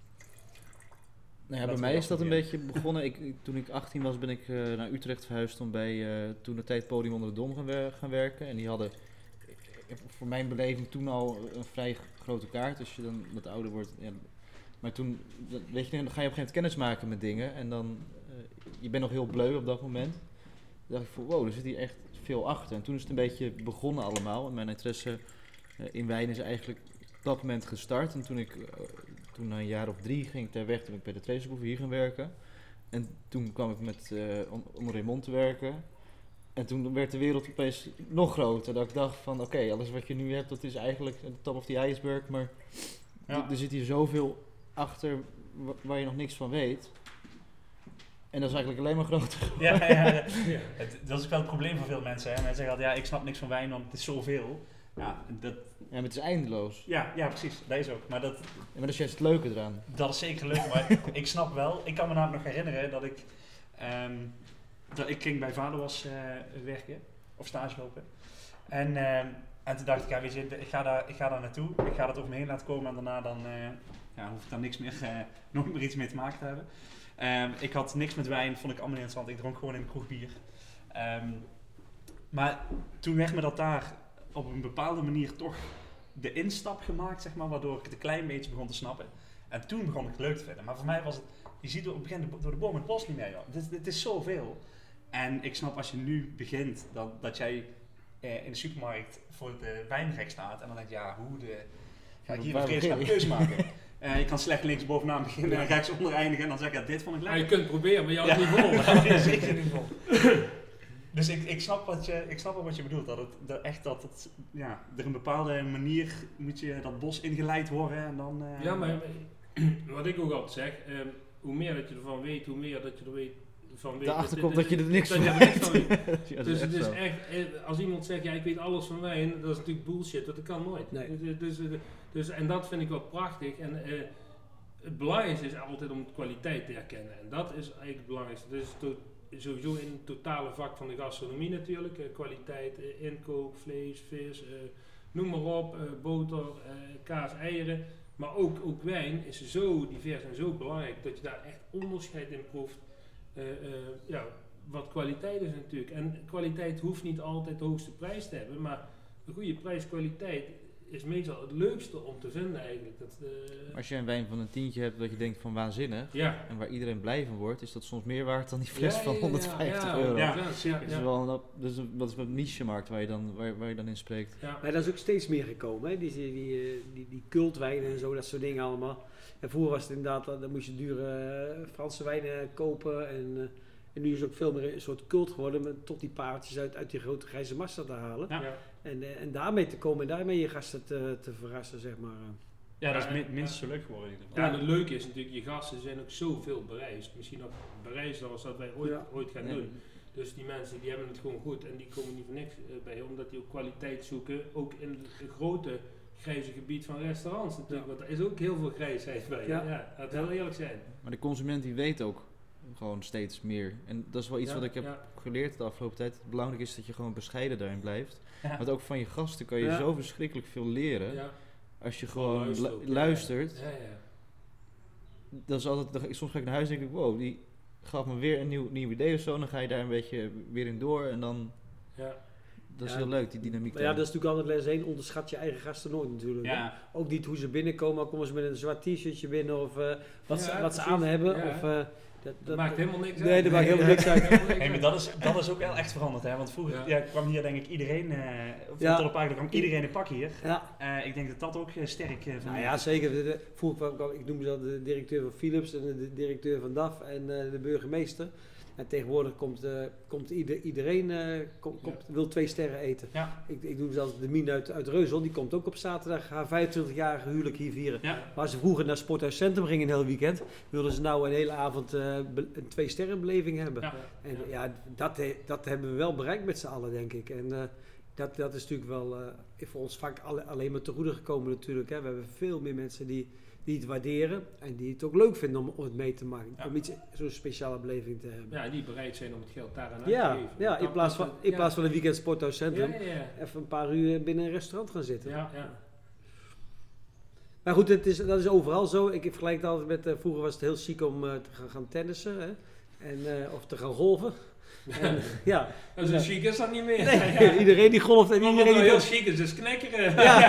Nou ja, Laten bij we mij is dat dat een proberen. beetje begonnen. Ik, ik- toen ik achttien was, ben ik uh, naar Utrecht verhuisd om bij uh, toen de tijd Podium onder de Dom gaan, wer- gaan werken. En die hadden uh, voor mijn beleving toen al een vrij g- grote kaart. Als je dan wat ouder wordt. Ja, maar toen, dat- weet je, dan ga je op een gegeven moment kennis maken met dingen. En dan, uh, je bent nog heel bleu op dat moment. Toen dacht ik van, wow, er zit hier echt veel achter. En toen is het een beetje begonnen allemaal. En mijn interesse uh, in wijn is eigenlijk op dat moment gestart. En toen ik... Uh, Toen na een jaar of drie ging ik daar weg, toen ben ik bij de Trezenboeven hier gaan werken. En toen kwam ik met uh, onder Raymond te werken. En toen werd de wereld opeens nog groter. Dat ik dacht van oké, okay, alles wat je nu hebt, dat is eigenlijk de top of the iceberg. Maar Ja. d- er zit hier zoveel achter wa- waar je nog niks van weet. En dat is eigenlijk alleen maar groter. Ja, ja, ja. Ja. Het, dat is ook wel het probleem voor veel mensen. Hè. Mensen zeggen altijd, ja, ik snap niks van wijn, want het is zoveel. Ja, dat, Ja, maar het is eindeloos. ja, ja, precies. Dat is ook. Maar dat, Ja, maar dat is juist het leuke eraan. dat is zeker leuk. Maar ik snap wel. Ik kan me namelijk nog herinneren dat ik... Um, dat ik ging bij Vaderwas uh, werken. Of stage lopen. En, uh, en toen dacht ik, ja, weet je, ik ga, daar, ik ga daar naartoe. Ik ga dat over me heen laten komen. En daarna dan, uh, ja, hoef ik daar niks meer, uh, nog meer iets mee te maken te hebben. Um, ik had niks met wijn, vond ik allemaal niet interessant. Ik dronk gewoon in de kroeg bier. Um, maar toen werd me dat daar op een bepaalde manier toch de instap gemaakt, zeg maar, waardoor ik het een klein beetje begon te snappen. En toen begon ik het leuk te vinden. Maar voor mij was het, je ziet op het begin door de boom het bos niet meer, joh. Dit, dit is zoveel. En ik snap als je nu begint, dat, dat jij eh, in de supermarkt voor de wijnrek staat en dan denk je, ja, hoe de... Ga ik hier Waar een vredesnaam begin ik? keuze maken? Uh, je kan slecht links bovenaan beginnen en rechts onder eindigen en dan zeg ik, ja, dit vond ik Maar lekker. je kunt proberen, maar jou Ja. niet vol. Ja, nee, zeker niet vol. Dus ik, ik, snap wat je, ik snap wel wat je bedoelt. Dat het dat echt dat het, ja, er een bepaalde manier moet je dat bos ingeleid worden en dan... Uh, Ja, maar wat ik ook altijd zeg, um, hoe meer dat je ervan weet, hoe meer dat je er weet van weet. Daarachter dit- komt dit- dat je er niks dat van je er niks van weet. weet. Ja, dat Dus is het echt is zo. echt, eh, als iemand zegt, ja, ik weet alles van wijn, dat is natuurlijk bullshit, dat kan nooit. Nee. Dus, dus, dus, dus, en dat vind ik wel prachtig. En uh, het belangrijkste is altijd om de kwaliteit te herkennen. En dat is eigenlijk het belangrijkste. Dus to, sowieso in het totale vak van de gastronomie natuurlijk. Uh, kwaliteit, uh, inkoop, vlees, vis, uh, noem maar op, uh, boter, uh, kaas, eieren. Maar ook, ook wijn is zo divers en zo belangrijk dat je daar echt onderscheid in proeft. Uh, uh, ja, wat kwaliteit is natuurlijk. En kwaliteit hoeft niet altijd de hoogste prijs te hebben, maar een goede prijs-kwaliteit is meestal het leukste om te vinden eigenlijk. Dat, uh, Als je een wijn van een tientje hebt dat je denkt van waanzinnig ja. en waar iedereen blij van wordt, is dat soms meer waard dan die fles Ja, ja, van ja, honderdvijftig ja, euro. Ja, Ja. ja, ja, Dat is ja. wel een, op- dat is een, dat is een niche-markt waar je, dan, waar, waar je dan in spreekt. Ja. Maar dat is ook steeds meer gekomen, hè? Die, die, die, eh, die, die cultwijnen en zo, dat soort dingen allemaal. En vroeger was het inderdaad, dat- dan moest je dure uh, Franse wijnen kopen. En, uh, en nu is het ook veel meer een soort cult geworden, met tot die pareltjes uit, uit die grote grijze massa te halen. Ja. Ja. En, uh, en daarmee te komen en daarmee je gasten te, te verrassen, zeg maar. ja, dat is min, minstens zo leuk geworden in ieder geval. Ja, en het leuke is natuurlijk, je gasten zijn ook zoveel bereisd. Misschien nog bereisder als dat wij ooit, Ja. ooit gaan Ja. doen. Dus die mensen die hebben het gewoon goed en die komen niet voor niks uh, bij, omdat die ook kwaliteit zoeken. Ook in het grote grijze gebied van restaurants natuurlijk. Want er is ook heel veel grijsheid bij. Ja. Ja, ja laat heel eerlijk zijn. Maar de consument die weet ook gewoon steeds meer. En dat is wel iets Ja, wat ik heb ja. geleerd de afgelopen tijd. Het belangrijk is dat je gewoon bescheiden daarin blijft. Ja. Want ook van je gasten kan je Ja. zo verschrikkelijk veel leren. Ja. Als je Gewoon gewoon luisteren lu- ook, ja. luistert. Ja, ja. Dat is altijd, dan- soms ga ik naar huis en denk ik, wow, die gaf me weer een nieuw, nieuw idee of zo. En dan ga je daar een beetje weer in door. En dan, Ja. dat is Ja. heel leuk, die dynamiek. Maar ja, daar. dat is natuurlijk altijd les één. Onderschat je eigen gasten nooit natuurlijk. hè. Ja, Ook niet hoe ze binnenkomen. Al komen ze met een zwart t-shirtje binnen of eh, wat, Ja, ze, wat ze precies. aan hebben. Ja. Of, eh, dat, Dat maakt helemaal niks uit. Nee, dat maakt helemaal niks uit. Helemaal niks hey, maar uit. dat is, dat is ook wel echt veranderd, hè? Want vroeger Ja. ja. kwam hier denk ik iedereen, eh of Ja. tot een paar keer kwam iedereen een pak hier. Ja. Eh, ik denk dat dat ook eh, sterk eh, van Nou ja, zeker. De- de- Vroeger kwam, ik noemde dat de directeur van Philips en de, de directeur van D A F en eh, de burgemeester. En tegenwoordig komt, eh, komt ieder, iedereen eh, kom- komt, wil twee sterren eten. Ja. Ik, ik noem zelfs de Mien uit, uit Reuzel, die komt ook op zaterdag haar vijfentwintigjarige huwelijk hier vieren. Ja. Waar ze vroeger naar Sporthuis Centrum gingen een heel weekend, wilden ze nou een hele avond eh, be- een twee sterren beleving hebben. Ja. En ja, dat, he- dat hebben we wel bereikt met z'n allen, denk ik. En eh, dat, dat is natuurlijk wel eh, voor ons vaak alle- alleen maar te goede gekomen natuurlijk. Hè. We hebben veel meer mensen die, die het waarderen en die het ook leuk vinden om, om het mee te maken. Ja. Om iets, zo'n speciale beleving te hebben. Ja, die bereid zijn om het geld daaraan uit Ja, te geven. ja, in Dat- plaats dat- van, in ja. plaats van een weekend Sporthuis Centrum, Ja, ja, ja. even een paar uur binnen een restaurant gaan zitten. Ja, ja. Maar goed, het is, dat is overal zo. Ik vergelijk het altijd met, eh, vroeger was het heel chic om eh, te gaan, gaan tennissen hè? En, eh, of te gaan golven. En, ja, Dat is een chic is dat niet meer. nee, Ja. iedereen die golft en Wat iedereen nou die... heel chic is, is knekkeren. Ja.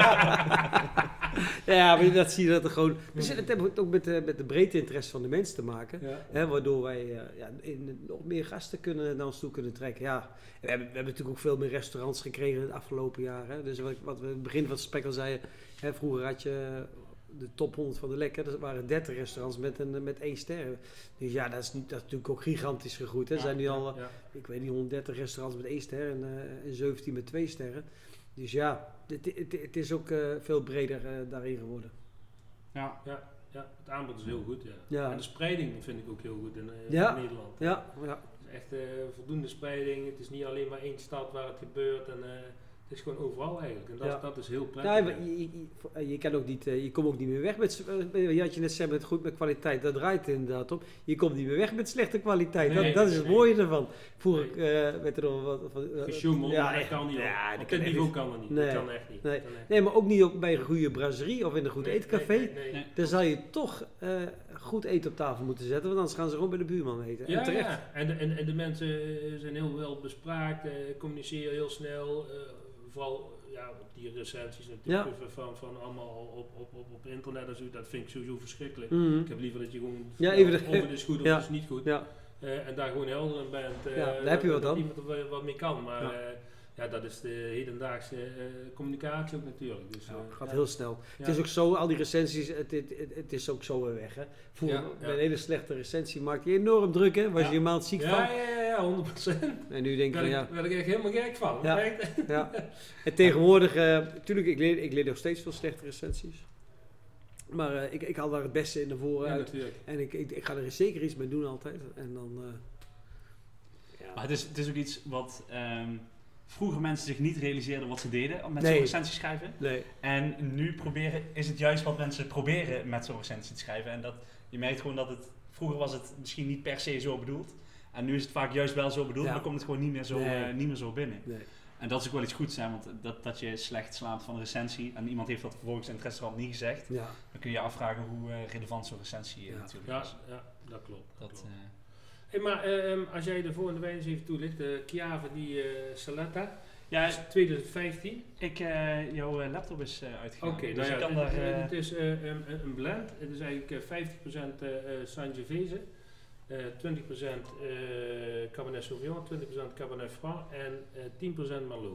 Ja, maar dat zie je dat er gewoon... Dus het heeft ook met, de- met de breedte interesse van de mensen te maken. Ja. Hè, waardoor wij eh, ja, in, nog meer gasten kunnen, naar ons toe kunnen trekken. Ja. En we, hebben, we hebben natuurlijk ook veel meer restaurants gekregen het afgelopen jaar. Hè. Dus wat, wat we in het begin van het gesprek al zeiden... Hè, vroeger had je de top honderd van de Lek. Dat waren dertig restaurants met, een, met één ster. Dus ja, dat is, niet, dat is natuurlijk ook gigantisch gegroeid. Hè. Er zijn nu al, Ja. ik weet niet, honderddertig restaurants met één ster en, eh, en zeventien met twee sterren. Dus ja, het, het, het is ook eh, veel breder eh, daarin geworden. Ja. Ja, ja, het aanbod is heel goed. Ja. Ja. En de spreiding vind ik ook heel goed in, eh, Ja. in Nederland. Ja, ja. Het is echt eh, voldoende spreiding. Het is niet alleen maar één stad waar het gebeurt. En, eh, het is gewoon overal eigenlijk. En dat, Ja. dat is heel prettig. Ja, je, je, je, je kan ook niet, eh, je komt ook niet meer weg met, eh, je had je net zei met goed met kwaliteit, dat draait het inderdaad op. Je komt niet meer weg met slechte kwaliteit, Nee, dat, dat is het nee. mooie ervan. Vroeger eh, werd er nog wat van... eh, Gesjoemel, ja, maar dat echt. kan niet. Ja, op dat op kan dit echt niveau niet. kan dat niet. Nee. Dat kan echt niet. Nee. Dat kan echt Nee, maar ook niet op, bij een goede brasserie of in een goed Nee, eetcafé. nee, nee, nee. Nee. Dan zou je toch eh, goed eten op tafel moeten zetten, want anders gaan ze gewoon bij de buurman eten. En Ja, terecht. ja. En, de, en, en de mensen eh, zijn heel wel bespraakt, eh, communiceren heel snel. eh, vooral ja, op die recensies natuurlijk Ja. van, van allemaal op, op, op, op internet en zo. Dat vind ik sowieso verschrikkelijk. Mhm. Ik heb liever dat je gewoon Ja, even de- of het is goed of Ja. het is niet goed. Ja. Eh, en daar gewoon helder in bent. eh, Ja, daar heb je wat dat aan. iemand er wel wat mee kan. Maar Ja. ja, ja dat is de hedendaagse eh, communicatie ook natuurlijk. Dus, Ja, eh, het gaat ja. heel snel. Ja. Het is ook zo, al die recensies, het, het, het, het is ook zo weer weg. Hè. Vroeger, Ja, ja. bij een hele slechte recensie maakte je enorm druk, hè? Was Ja. je een maand ziek Ja, van. ja, ja, ja, honderd procent. En nu denk je Daar van ben, ja. ik- ben ik echt helemaal gek van. Ja. Echt. ja. En tegenwoordig, natuurlijk, ik leer, ik leer nog steeds veel slechte recensies. Maar eh, ik, ik haal daar het beste in naar voren Ja, uit. natuurlijk. En ik, ik, ik ga er zeker iets mee doen altijd. En dan. eh, ja. Maar het is, het is ook iets wat ehm, vroeger mensen zich niet realiseerden wat ze deden met Nee. zo'n recensie schrijven. Nee. En nu proberen, is het juist wat mensen proberen met zo'n recensie te schrijven. En dat, je merkt gewoon dat het, vroeger was het misschien niet per se zo bedoeld. En nu is het vaak juist wel zo bedoeld, Ja. maar dan komt het gewoon niet meer zo, Nee. eh, niet meer zo binnen. Nee. En dat is ook wel iets goeds, hè, want dat, dat je slecht slaapt van een recensie en iemand heeft dat vervolgens in het restaurant niet gezegd, Ja. dan kun je je afvragen hoe eh, relevant zo'n recensie eh, Ja. natuurlijk Ja, is. ja, dat klopt. Dat Dat, klopt. eh, Hey, maar ehm, als jij de volgende wijn eens even toelicht, de Chiave die eh Saletta, ja, is twintig vijftien. ik, eh, jouw eh, laptop is uh, uitgegaan, Oké, dus nou ja, ik kan het, daar... het- eh, het is eh, een, een blend. Het is eigenlijk eh, vijftig procent eh, eh, Sangiovese, eh, twintig procent eh, Cabernet Sauvignon, twintig procent Cabernet Franc en eh, tien procent Merlot.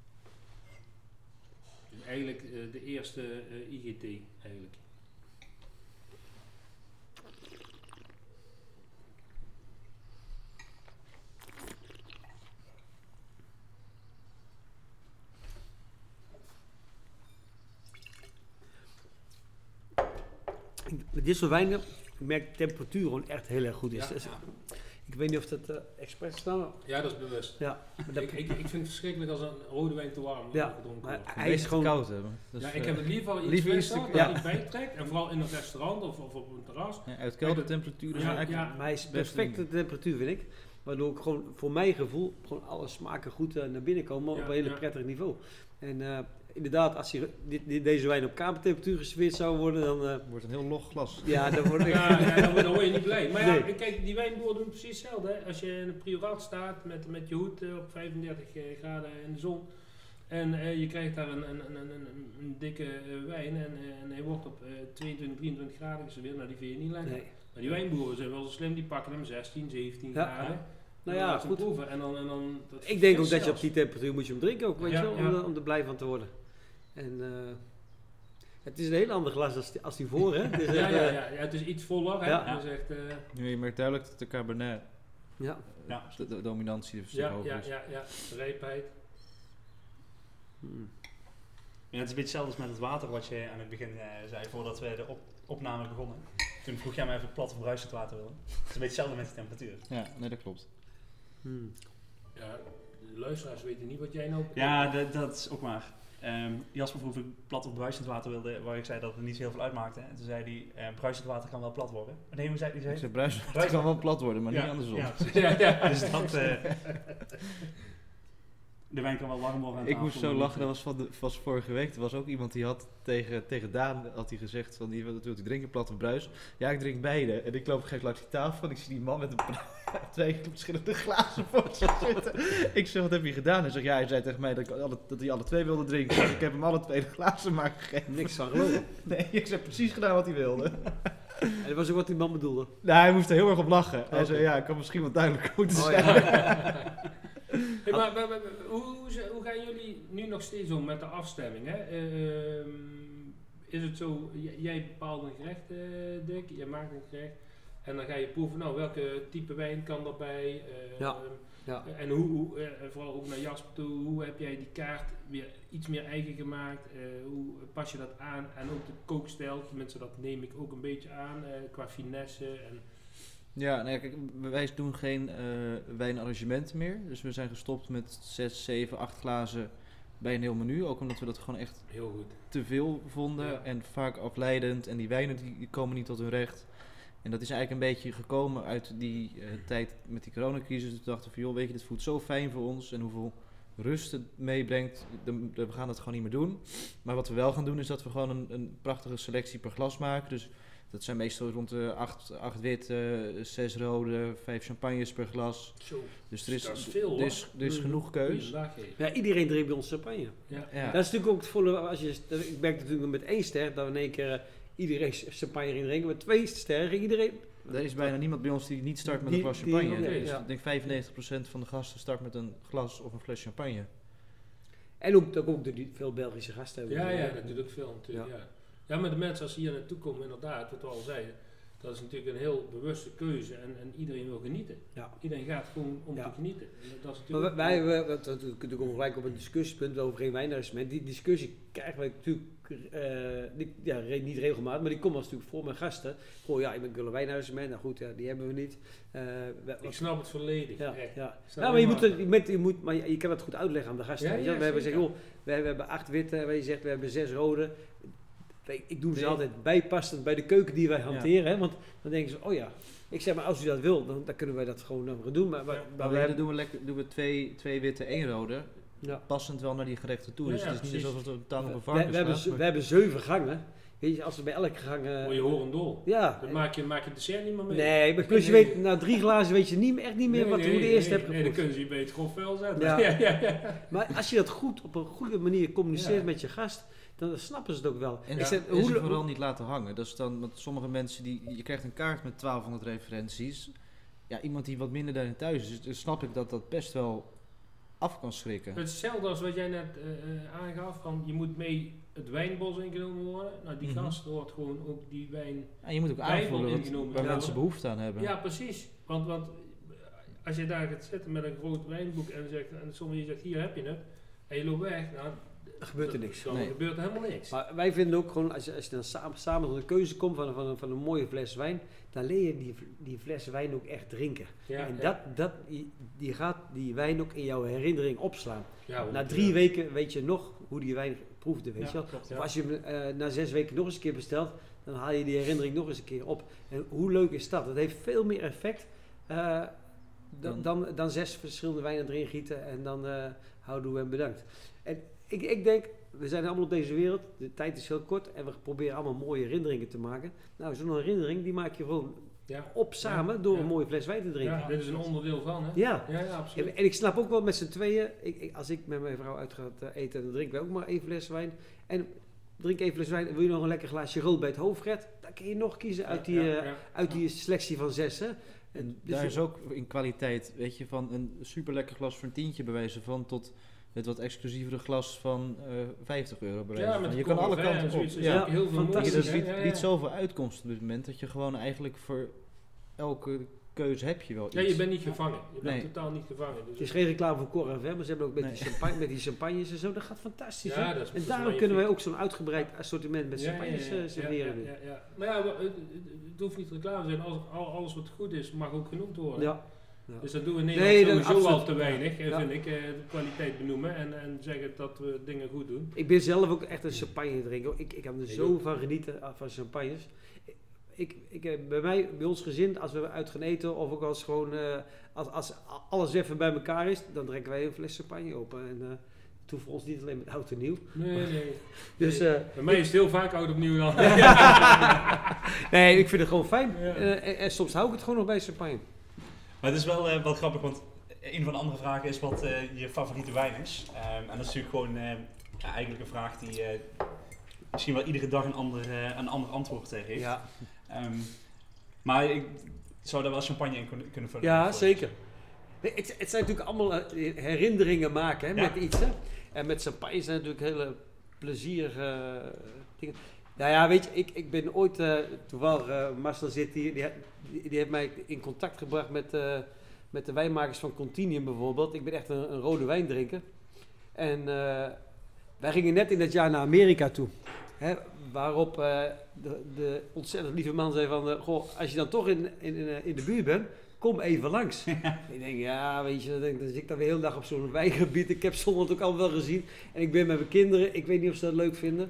Dus eigenlijk eh, de eerste eh, I G T eigenlijk. Met dit soort wijnen merk de temperatuur gewoon echt heel erg goed is. Ja, Dus, ja. Ik weet niet of dat eh expres is nou. Ja, dat is bewust. Ja, maar dat- Ik, ik, ik vind het verschrikkelijk als een rode wijn te warm Ja, gedronken maar wordt. hij is te gewoon. koud hebben. Dus, Ja, eh, ik heb het liever iets liever iets frisser te- dat ja. ik bijtrek. En vooral in een restaurant of, of op een terras. ja, uit keldertemperaturen zijn Ja, eigenlijk... ja. Maar hij is Beste perfecte dingen. temperatuur, vind ik. Waardoor ik gewoon voor mijn gevoel gewoon alle smaken goed uh, naar binnen komen op Ja, een hele ja. prettig niveau. En uh, inderdaad, als die, dit, dit, deze wijn op kamertemperatuur geserveerd zou worden, dan, uh, Wordt een heel log glas. ja, dan word ik... Ja, ja dan, dan word je niet blij. Maar ja, Nee. kijk, die wijnboeren doen precies hetzelfde. Hè. Als je in een prioraat staat met, met je hoed uh, op vijfendertig graden in de zon. En uh, je krijgt daar een, een, een, een, een, een dikke uh, wijn en, uh, en hij wordt op uh, tweeëntwintig, drieëntwintig graden geserveerd. Nou, die vind je niet lekker. Nee. Maar die wijnboeren zijn wel zo slim, die pakken hem zestien, zeventien Ja, graden. ja. En Nou dan ja, laat ze hem goed. proeven. En dan, en dan, dat Ik denk ook is dat je op zelfs. die temperatuur moet je hem drinken ook, weet Ja, je wel, ja. om, er- om er blij van te worden. En uh, het is een heel ander glas als die, als die voor, hè? Het is Ja, echt, ja, uh, ja, ja, het is iets voller. Hè. Ja. Het is echt, uh, Nu, je merkt duidelijk dat de Cabernet, ja. Ja. de, de dominantie een stuk ja, hoger ja, is. ja, ja, rijpheid. Hmm. Ja, het is een beetje hetzelfde als met het water wat je aan het begin uh, zei, voordat we de op opname begonnen. Toen vroeg jij mij of ik plat of bruisend water wilde. Het is een beetje hetzelfde met de temperatuur. Ja, nee, dat klopt. Hmm. Ja, de luisteraars weten niet wat jij nou... Ja, dat, dat is ook maar. Um, Jasper vroeg of ik plat of bruisend water wilde, waar ik zei dat het niet zo heel veel uitmaakte. En toen zei hij, uh, bruisend water kan wel plat worden. Nee, hoe zei hij? Ik zei? zeg, bruis, het kan wel plat worden, maar Ja, niet andersom. Ja, precies. Ja, ja. Dus dat... Uh, de wijn kan wel warm worden aan Ik tafel, moest zo maar lachen, niet, dat was van de, was vorige week. Er was ook iemand die had tegen, tegen Daan had hij gezegd van, die wil hij drinken, plat of bruis. Ja, ik drink beide. En ik loop gek langs die tafel en ik zie die man met een twee verschillende glazen voor zich zitten. Ik zeg, wat heb je gedaan? Hij zegt, ja, hij zei tegen mij dat, ik alle, dat hij alle twee wilde drinken. Dus ik heb hem alle twee de glazen maar gegeven. Niks van geloven. Nee, ik heb precies gedaan wat hij wilde. En dat was ook wat die man bedoelde. Nou, hij moest er heel erg op lachen. Hij Oké. zei, ja, ik kan misschien wat duidelijker moeten Oh, zijn. ja. Hey, maar, maar, maar, hoe, hoe, ze- hoe gaan jullie nu nog steeds om met de afstemming? Hè? Ehm, is het zo, j- jij bepaalt een gerecht, eh, Dick, jij maakt een gerecht en dan ga je proeven, nou, welke type wijn kan erbij? Eh, Ja. Ja. En hoe, hoe eh, vooral ook naar Jasper toe, hoe heb jij die kaart weer iets meer eigen gemaakt? Eh, hoe pas je dat aan? En ook de kookstijl, tenminste dat neem ik ook een beetje aan, eh, qua finesse. En, Ja, nee, kijk, wij doen geen uh, wijnarrangementen meer. Dus we zijn gestopt met zes, zeven, acht glazen bij een heel menu. Ook omdat we dat gewoon echt heel goed. te veel vonden Ja. en vaak afleidend. En die wijnen die, die komen niet tot hun recht. En dat is eigenlijk een beetje gekomen uit die uh, tijd met die coronacrisis. Dus we dachten van, joh, weet je, dit voelt zo fijn voor ons. En hoeveel rust het meebrengt, dan, dan, we gaan het gewoon niet meer doen. Maar wat we wel gaan doen is dat we gewoon een, een prachtige selectie per glas maken. Dus dat zijn meestal rond de acht, acht witte, zes rode, vijf champagnes per glas. Zo, Dus er is, dat is veel, hoor. er is, er is Mhm. genoeg keus. goeiedag, hé. Ja, iedereen drinkt bij ons champagne. Ja. Ja. Dat is natuurlijk ook het volle, als je, ik merk natuurlijk met één ster, dat we in één keer uh, iedereen champagne ging drinken. Met twee sterren ging iedereen... Er is bijna niemand bij ons die niet start met Die- een glas die- champagne. oké, Dus ja. ik denk vijfennegentig procent van de gasten start met een glas of een fles champagne. En ook, dat ook de, die veel Belgische gasten hebben. Ja, ja, dat doet ook veel natuurlijk. Ja. Ja. maar de mensen als ze hier naartoe komen, inderdaad, wat we al zeiden, dat is natuurlijk een heel bewuste keuze en, en iedereen wil genieten. Ja. Iedereen gaat gewoon om Ja. te genieten. En dat, dat is Maar natuurlijk wij, ook- wij, wij, dat- dat- dat komen we gelijk op een discussiepunt over geen wijnarrangement. Die discussie krijgen wij natuurlijk uh, die, ja, re- niet regelmatig, maar die komt als natuurlijk voor mijn gasten. Goh, ja, ik ben een wijnarrangement. Nou goed, ja, die hebben we niet. Uh, we- ik snap het volledig. ja, echt. ja. Ik snap Ja, maar je moet, helemaal- het, je, moet, je moet, maar je, je kan het goed uitleggen aan de gasten. Ja, weet je wel. ja, we hebben zeker. zeggen, joh, we, we hebben acht witte, waar je zegt, we hebben zes rode. Ik, ik doe ze Nee. altijd bijpassend bij de keuken die wij hanteren. Hè, want dan denken ze, oh ja, ik zeg maar, als u dat wil, dan, dan kunnen wij dat gewoon uh, doen. Maar, maar, Ja. maar Maar we we hebben, doen we, lekker, doen we twee, twee witte, één rode. ja. Passend wel naar die gerechten toe. Ja, Dus ja, het is niet precies. alsof het totaal op een We, varkens we, hebben, staat, ze- maar- we hebben zeven gangen. Weet je, als we bij elke gang... uh, Word je horendol. ja. Dan maak je, maak je het dessert niet meer mee. Nee, maar plus je Nee. weet, na drie glazen weet je niet, echt niet meer wat, hoe de eerste nee, hebt Nee, dan geproefd. kunnen ze je beter gewoon vuil zetten. Ja. Ja. Ja, ja, Maar als je dat goed, op een goede manier communiceert Ja. met je gast, dan snappen ze het ook wel. En, Ja. Ik zeg, en ze hoe, vooral niet laten hangen. Dat is dan, want sommige mensen, die, je krijgt een kaart met twaalfhonderd referenties. Ja, iemand die wat minder daarin thuis is, dus snap ik dat dat best wel af kan schrikken. Het is hetzelfde als wat jij net eh, eh, aangaf, van je moet mee het wijnbos ingenomen worden. Nou, die Mhm. gast hoort gewoon ook die wijn. En je moet ook Wij aanvoelen van wat, ingenomen waar ja, mensen maar- behoefte aan hebben. Ja, precies. Want, want als je daar gaat zitten met een groot wijnboek en, zegt, en sommigen zegt, hier heb je het, en je loopt weg, nou, er gebeurt er niks. dan Nee. gebeurt er helemaal niks. Maar wij vinden ook gewoon, als je, als je dan samen, samen tot een keuze komt van, van, een, van een mooie fles wijn, dan leer je die, die fles wijn ook echt drinken. ja, en ja. dat, dat, die, die gaat die wijn ook in jouw herinnering opslaan. Ja, Na want, drie eh, weken weet je nog hoe die wijn proefde, weet Ja, je wel. klopt, Of ja. als je hem eh, na zes weken nog eens een keer bestelt, dan haal je die herinnering nog eens een keer op. En hoe leuk is dat? Dat heeft veel meer effect. Uh, dan, dan, dan zes verschillende wijnen erin gieten en dan uh, houdoe en bedankt. En ik, ik denk, we zijn allemaal op deze wereld, de tijd is heel kort en we proberen allemaal mooie herinneringen te maken. Nou, zo'n herinnering die maak je gewoon ja. op samen ja. door ja. een mooie fles wijn te drinken. Ja, dit is een onderdeel van, hè? Ja, ja, ja absoluut. En, en ik snap ook wel met z'n tweeën, ik, ik, als ik met mijn vrouw uit ga eten, dan drinken we ook maar één fles wijn. En drink één fles wijn en wil je nog een lekker glaasje rood bij het hoofdgerecht, dan kun je nog kiezen uit die, ja, ja, ja. Uh, uit die selectie van zes, hè? En dus daar is ook in kwaliteit, weet je, van een super lekker glas voor een tientje bewijzen van tot het wat exclusievere glas van uh, vijftig euro bewijzen ja, van. Je kan alle kanten op. Ja, ja. Heel veel fantastisch. Het biedt, ja, ja. biedt zoveel uitkomsten op dit moment dat je gewoon eigenlijk voor elke keuze heb je wel iets. Ja, je bent niet gevangen. Je bent nee. totaal niet gevangen. Dus het is geen reclame voor Cor en Ver, maar ze hebben ook met, nee. die champagne, met die champagnes en zo. Dat gaat fantastisch. Ja, dat is en daarom kunnen wij ook zo'n uitgebreid assortiment met ja, champagnes ja, ja, serveren. Ja, ja, ja, ja. Maar ja, het, het hoeft niet reclame te zijn. Alles, alles wat goed is, mag ook genoemd worden. Ja. Ja. Dus dat doen we in Nederland nee, sowieso absoluut. al te weinig, ja. vind ik. De kwaliteit benoemen en, en zeggen dat we dingen goed doen. Ik ben zelf ook echt een champagne drinker. Ik, ik kan er zo ook. van genieten van champagnes. Ik, ik, bij mij, bij ons gezin, als we uit gaan eten of ook als gewoon, uh, als, als alles even bij elkaar is, dan drinken wij een fles champagne open. En uh, het hoeft voor ons niet alleen met oud en nieuw. Nee, nee. Dus, uh, bij mij is het heel vaak oud opnieuw dan. Nee, ik vind het gewoon fijn. Ja. Uh, en, en soms hou ik het gewoon nog bij champagne. Maar het is wel uh, wat grappig, want een van de andere vragen is wat uh, je favoriete wijn is. Um, en dat is natuurlijk gewoon uh, ja, eigenlijk een vraag die uh, misschien wel iedere dag een ander, uh, een ander antwoord uh, heeft. Ja. Um, maar ik zou daar wel champagne in kunnen, kunnen vullen. Ja, zeker. Nee, het, het zijn natuurlijk allemaal uh, herinneringen maken hè, ja. met iets. Hè? En met champagne zijn natuurlijk hele plezierige uh, dingen. Nou ja, weet je, ik, ik ben ooit, uh, toevallig, uh, Marcel zit hier, die, die, die heeft mij in contact gebracht met, uh, met de wijnmakers van Continuum bijvoorbeeld. Ik ben echt een, een rode wijndrinker. En uh, wij gingen net in dat jaar naar Amerika toe. Hè, waarop uh, de, de ontzettend lieve man zei van, uh, goh, als je dan toch in, in, in, in de buurt bent, kom even langs. Ja. Ik denk, ja, weet je, dan, denk, dan zit ik dan weer heel dag op zo'n wijngebied. Ik heb Zolland ook al wel gezien. En ik ben met mijn kinderen, ik weet niet of ze dat leuk vinden.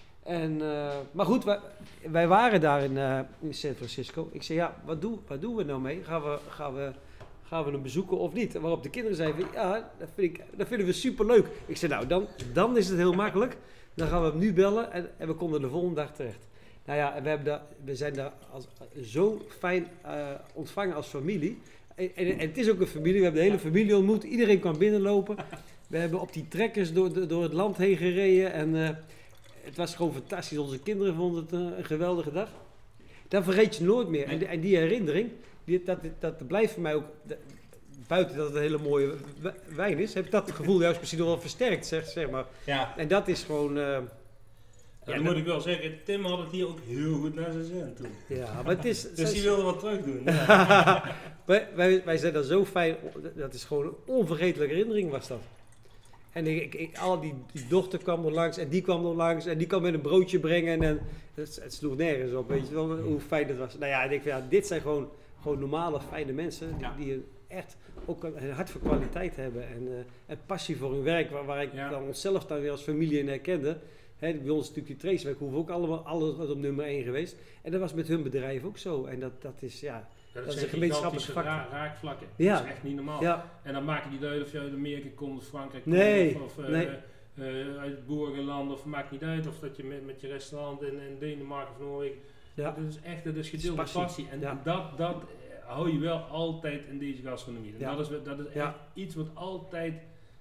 En, uh, maar goed, wij, wij waren daar in, uh, in San Francisco. Ik zei, ja, wat, doe, wat doen we nou mee? Gaan we, gaan, we, gaan we hem bezoeken of niet? En waarop de kinderen zeiden, ja, dat, vind ik, dat vinden we superleuk. Ik zei, nou, dan, dan is het heel makkelijk. Dan gaan we hem nu bellen en, en we konden de volgende dag terecht. Nou ja, en we, hebben daar, we zijn daar als, zo fijn uh, ontvangen als familie. En, en, en het is ook een familie, we hebben de hele familie ontmoet. Iedereen kwam binnenlopen. We hebben op die trekkers door, door het land heen gereden en... Uh, het was gewoon fantastisch. Onze kinderen vonden het een, een geweldige dag. Dat vergeet je nooit meer. En, de, en die herinnering, die, dat, dat blijft voor mij ook... De, buiten dat het een hele mooie wijn is, heb ik dat gevoel juist misschien nog wel versterkt, zeg, zeg maar. Ja. En dat is gewoon... Uh, ja, ja, dan moet ik wel zeggen, Tim had het hier ook heel goed naar zijn zin toen. Ja, maar het is... dus die wilde wat terug doen. Ja. wij, wij, wij zijn daar zo fijn... Dat is gewoon een onvergetelijke herinnering was dat. En ik, ik, al die, die dochter kwam er langs en die kwam er langs en die kwam met een broodje brengen en, en het, het sloeg nergens op, weet je wel, hoe fijn het was. Nou ja, ik denk van ja, dit zijn gewoon, gewoon normale, fijne mensen die, ja. die echt ook een, een hart voor kwaliteit hebben en, uh, en passie voor hun werk, waar, waar ik ja. dan onszelf dan weer als familie in herkende. Hè, bij ons natuurlijk die Tracewerk hoeven ook allemaal alles wat op nummer één geweest. En dat was met hun bedrijf ook zo. En dat, dat is ja... Ja, dat, dat is een gemeenschappelijke ra raakvlakken. Ja. Dat is echt niet normaal. Ja. En dan maken die duidelijk of je uit Amerika komt, of Frankrijk nee. komt, of, of nee. uh, uh, uit het Boerenland, of maakt niet uit. Of dat je met, met je restaurant in, in Denemarken of Noorwegen. Ja. Dat is echt, dat is gedeelde passie. passie. En ja. dat, dat uh, hou je wel altijd in deze gastronomie. En ja. dat is, dat is ja. echt iets wat altijd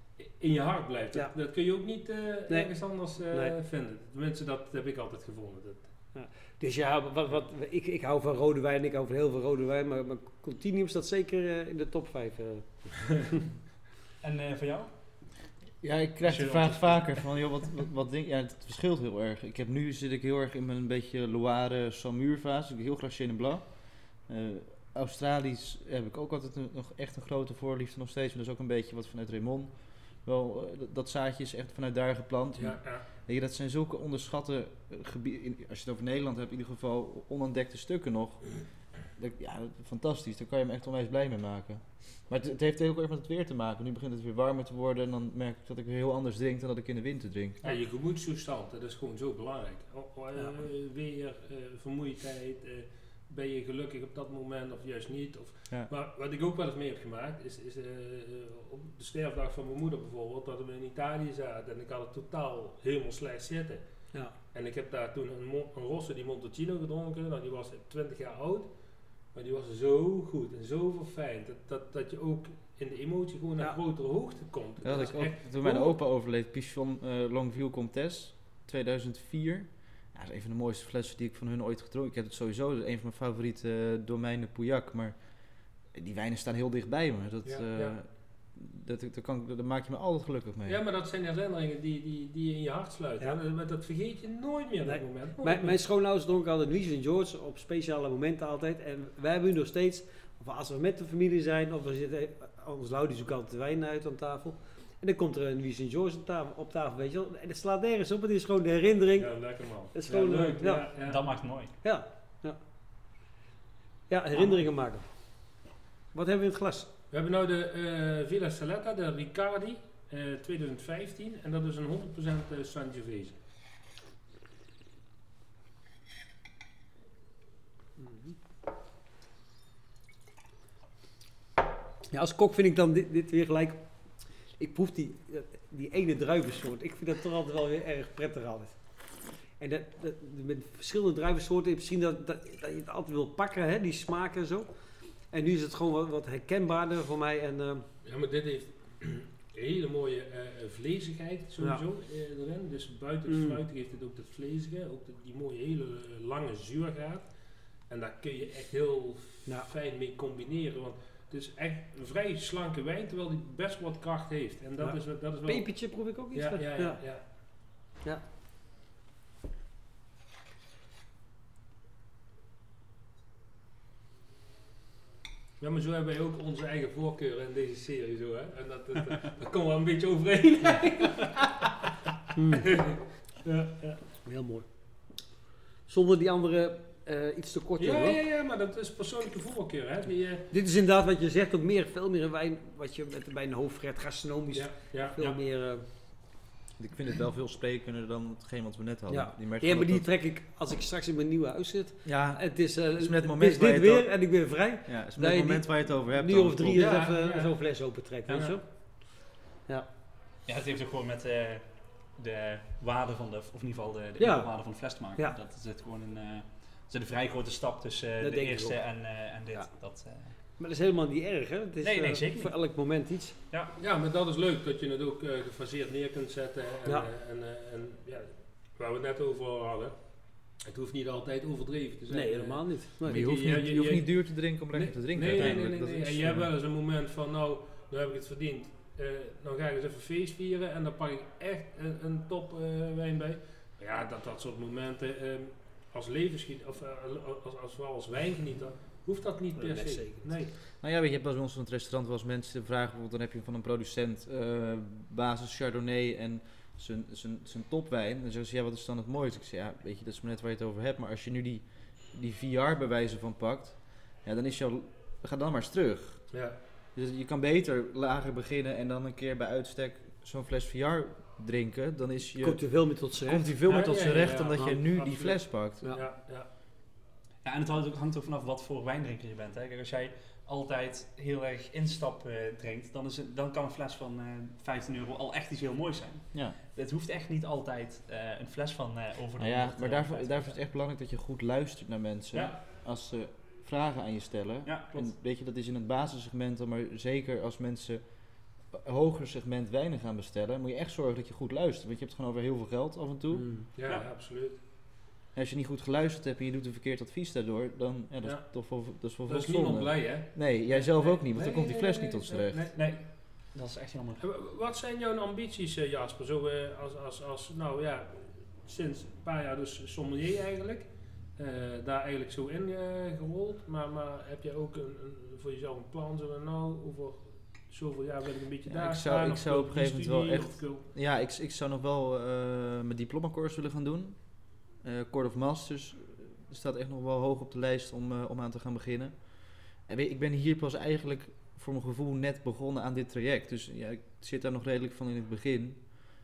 in je hart blijft. Dat, ja. dat kun je ook niet uh, nee. ergens anders uh, nee. vinden. Tenminste, dat heb ik altijd gevonden. Dat, ja. Dus ja, wat, wat, ik, ik hou van rode wijn, ik hou van heel veel rode wijn, maar, maar Continuum staat zeker uh, in de top vijf. Uh. En uh, voor jou? Ja, ik krijg de vraag vaker van, joh, wat, wat, wat denk je? Ja, het verschilt heel erg. Ik heb nu zit ik heel erg in mijn beetje Loire Saumur fase. Ik heb heel graag Chenin Blanc. Uh, Australisch heb ik ook altijd een, nog echt een grote voorliefde nog steeds. Maar dat is ook een beetje wat vanuit Raymond. Wel, uh, dat zaadje is echt vanuit daar geplant. Ja, ja. Weet je, dat zijn zulke onderschatte gebieden, als je het over Nederland hebt, in ieder geval onontdekte stukken nog. Dat, ja, fantastisch, daar kan je me echt onwijs blij mee maken. Maar het, het heeft heel erg met het weer te maken. Nu begint het weer warmer te worden en dan merk ik dat ik weer heel anders drink dan dat ik in de winter drink. Ja, je gemoedstoestand, dat is gewoon zo belangrijk. O, o, uh, weer, uh, vermoeidheid, uh, ben je gelukkig op dat moment of juist niet. Of, Ja. Maar wat ik ook wel eens mee heb gemaakt, is, is uh, op de sterfdag van mijn moeder bijvoorbeeld, dat we in Italië zaten en ik had het totaal helemaal slecht zitten. Ja. En ik heb daar toen een, Mo- een Rosso di Montalcino gedronken, nou, die was twintig jaar oud, maar die was zo goed en zo verfijnd, dat, dat, dat je ook in de emotie gewoon naar Ja. grotere hoogte komt. Dat had is ik ook, echt toen mijn cool. opa overleed, Pichon uh, Longueville Comtesse, tweeduizend vier. Ja, dat is een van de mooiste flessen die ik van hun ooit gedronken. Ik heb het sowieso, dat is een van mijn favoriete uh, domeinen Pauillac, maar die wijnen staan heel dichtbij me. Dat, Ja, uh, ja. dat, dat, kan, daar maak je me altijd gelukkig mee. Ja, maar dat zijn herinneringen die, die, die je in je hart sluiten. Ja. En dat, dat vergeet je nooit meer op Nee. dat moment. Nooit Mijn, meer. mijn schoonouders dronken altijd Nuits en George op speciale momenten altijd. En wij hebben nu nog steeds, of als we met de familie zijn, of we zitten, anders Lau die zoekt altijd de wijn uit aan tafel. En dan komt er een Nuits en George op tafel, op tafel, weet je wel. En het slaat nergens op, het is gewoon de herinnering. Ja, lekker man. Het is Ja, gewoon, leuk. uh, Ja, ja. ja. Dat maakt het mooi. Ja, ja. Ja, herinneringen maken. Wat hebben we in het glas? We hebben nu de uh, Villa Saletta, de Riccardi, uh, twintig vijftien. En dat is een honderd procent uh, Sangiovese. Ja, als kok vind ik dan dit, dit weer gelijk. Ik proef die, die ene druivensoort. Ik vind dat toch altijd wel weer erg prettig altijd. En dat, dat, met verschillende druivensoorten, misschien dat, dat, dat je het altijd wil pakken, hè, die smaken en zo. En nu is het gewoon wat, wat herkenbaarder voor mij. En, uh, Ja, maar dit heeft een hele mooie uh, vlezigheid sowieso ja. uh, erin. Dus buiten het Mm. fruitig heeft het ook dat vlezige, ook de, die mooie hele uh, lange zuurgraad. En daar kun je echt heel Ja. fijn mee combineren. Want het is echt een vrij slanke wijn, terwijl die best wat kracht heeft. En dat, Ja. is, wel- dat is wel... pepertje proef ik ook iets. Ja, van. ja, ja, ja. Ja. Ja, maar zo hebben wij ook onze eigen voorkeuren in deze serie zo, hè. En dat, dat, dat, dat komen we een beetje overeen. Mm. ja, ja. Heel mooi. Zonder die andere uh, iets te kort. Ja, hoor. ja, ja, maar dat is persoonlijke voorkeur, hè. Die, uh, Dit is inderdaad wat je zegt, ook meer, veel meer een wijn wat je met, bij een hoofdgerecht gastronomisch ja, ja, veel ja. meer... Uh, Ik vind het wel veel sprekender dan hetgeen wat we net hadden. ja. Die merk ja, je maar dat die dat- trek ik als ik straks in mijn nieuwe huis zit. Ja, Het is, uh, is met het het moment is waar dit je het weer al- en ik ben vrij. ja, is Nee, met het die- moment waar je het over hebt. Een uur dan of drie klopt is Ja, even ja. zo'n fles open trekt, weet Ja. je wel. Ja. Ja, het heeft ook gewoon met eh, de waarde van de, of in ieder geval de, de Ja. inhoudwaarde van de fles te maken. Ja. Dat zit gewoon een, eh, er zit een vrij grote stap tussen eh, Dat de denk ik eerste ook. en, eh, en dit. Ja. Dat, eh, Maar dat is helemaal niet erg, hè? Het is Nee, nee, eh, zeker voor niet. elk moment iets. Ja, maar dat is leuk, dat je het ook uh, gefaseerd neer kunt zetten. En, Ja. uh, en, uh, en ja, waar we het net over hadden, het hoeft niet altijd overdreven te zijn. Nee, Uh, helemaal niet. Maar Nee. je hoeft, Ja, niet, je- je hoeft je- niet duur te drinken om lekker te drinken Nee, nee, nee, uiteindelijk. nee, nee. Dat En is, je hebt eh, wel eens een moment van, nou, nu heb ik het verdiend. Uh, dan ga ik eens even feest vieren en dan pak ik echt een, een top uh, wijn bij. Maar ja, dat, dat soort momenten um, als levensgeniet, of uh, als, als, vooral als wijngenieter, hoeft dat niet per Nee, se. zeker niet. Nee. Nou ja, weet je, je hebt wel eens bij ons in het restaurant wel eens mensen vragen, bijvoorbeeld dan heb je van een producent eh, basis Chardonnay en zijn, zijn, zijn topwijn. En dan zeggen ze, ja, wat is dan het mooiste? Ik zeg, ja, weet je, dat is maar net waar je het over hebt. Maar als je nu die, die V R-bewijzen van pakt, ja, dan is jouw, ga dan maar eens terug. Ja. Dus je kan beter lager beginnen en dan een keer bij uitstek zo'n fles V R drinken. Dan is je, Komt er veel meer tot z'n komt recht. hij veel meer Ja, tot ja, zijn ja, recht ja, dan dat je absoluut, nu die absoluut. fles pakt. Ja. Ja, ja. Ja, en het hangt ook, hangt ook vanaf wat voor wijndrinker je bent. Hè. Kijk, als jij altijd heel erg instap eh, drinkt, dan, is het, dan kan een fles van eh, vijftien euro al echt iets heel moois zijn. Ja. Het hoeft echt niet altijd eh, een fles van eh, over de Nou ja, honderd, maar eh, daarvoor, vijftig daarvoor is het echt belangrijk dat je goed luistert naar mensen. Ja, Als ze vragen aan je stellen. ja, klopt. En weet je, dat is in het basissegment dan, maar zeker als mensen een hoger segment wijnen gaan bestellen, moet je echt zorgen dat je goed luistert. Want je hebt gewoon over heel veel geld af en toe. Mm. Ja, Ja. absoluut. En als je niet goed geluisterd hebt en je doet een verkeerd advies daardoor, dan ja, dat Ja. is toch wel, dat is wel Dat is veel niemand zonde. blij, hè? Nee, jij zelf Nee, ook niet, want dan nee, komt die nee, fles nee, niet tot z'n nee, recht. nee. Nee, dat is echt jammer. En w- Wat zijn jouw ambities, eh, Jasper? Zo, eh, als, als, als, nou ja, sinds een paar jaar dus sommelier eigenlijk. Eh, daar eigenlijk zo in eh, gerold. Maar, maar heb je ook een, een, voor jezelf een plan? Zo, van, nou, over zoveel jaar wil ik een beetje Ja, daar ik zou- staan, ik of zou wil op een die gegeven moment wel studie, echt- of ik wil- Ja, ik, ik zou nog wel eh, mijn diplomacourse willen gaan doen. Eh Court of Masters staat echt nog wel hoog op de lijst om, eh, om aan te gaan beginnen. En weet, ik ben hier pas eigenlijk voor mijn gevoel net begonnen aan dit traject. Dus ja, ik zit daar nog redelijk van in het begin.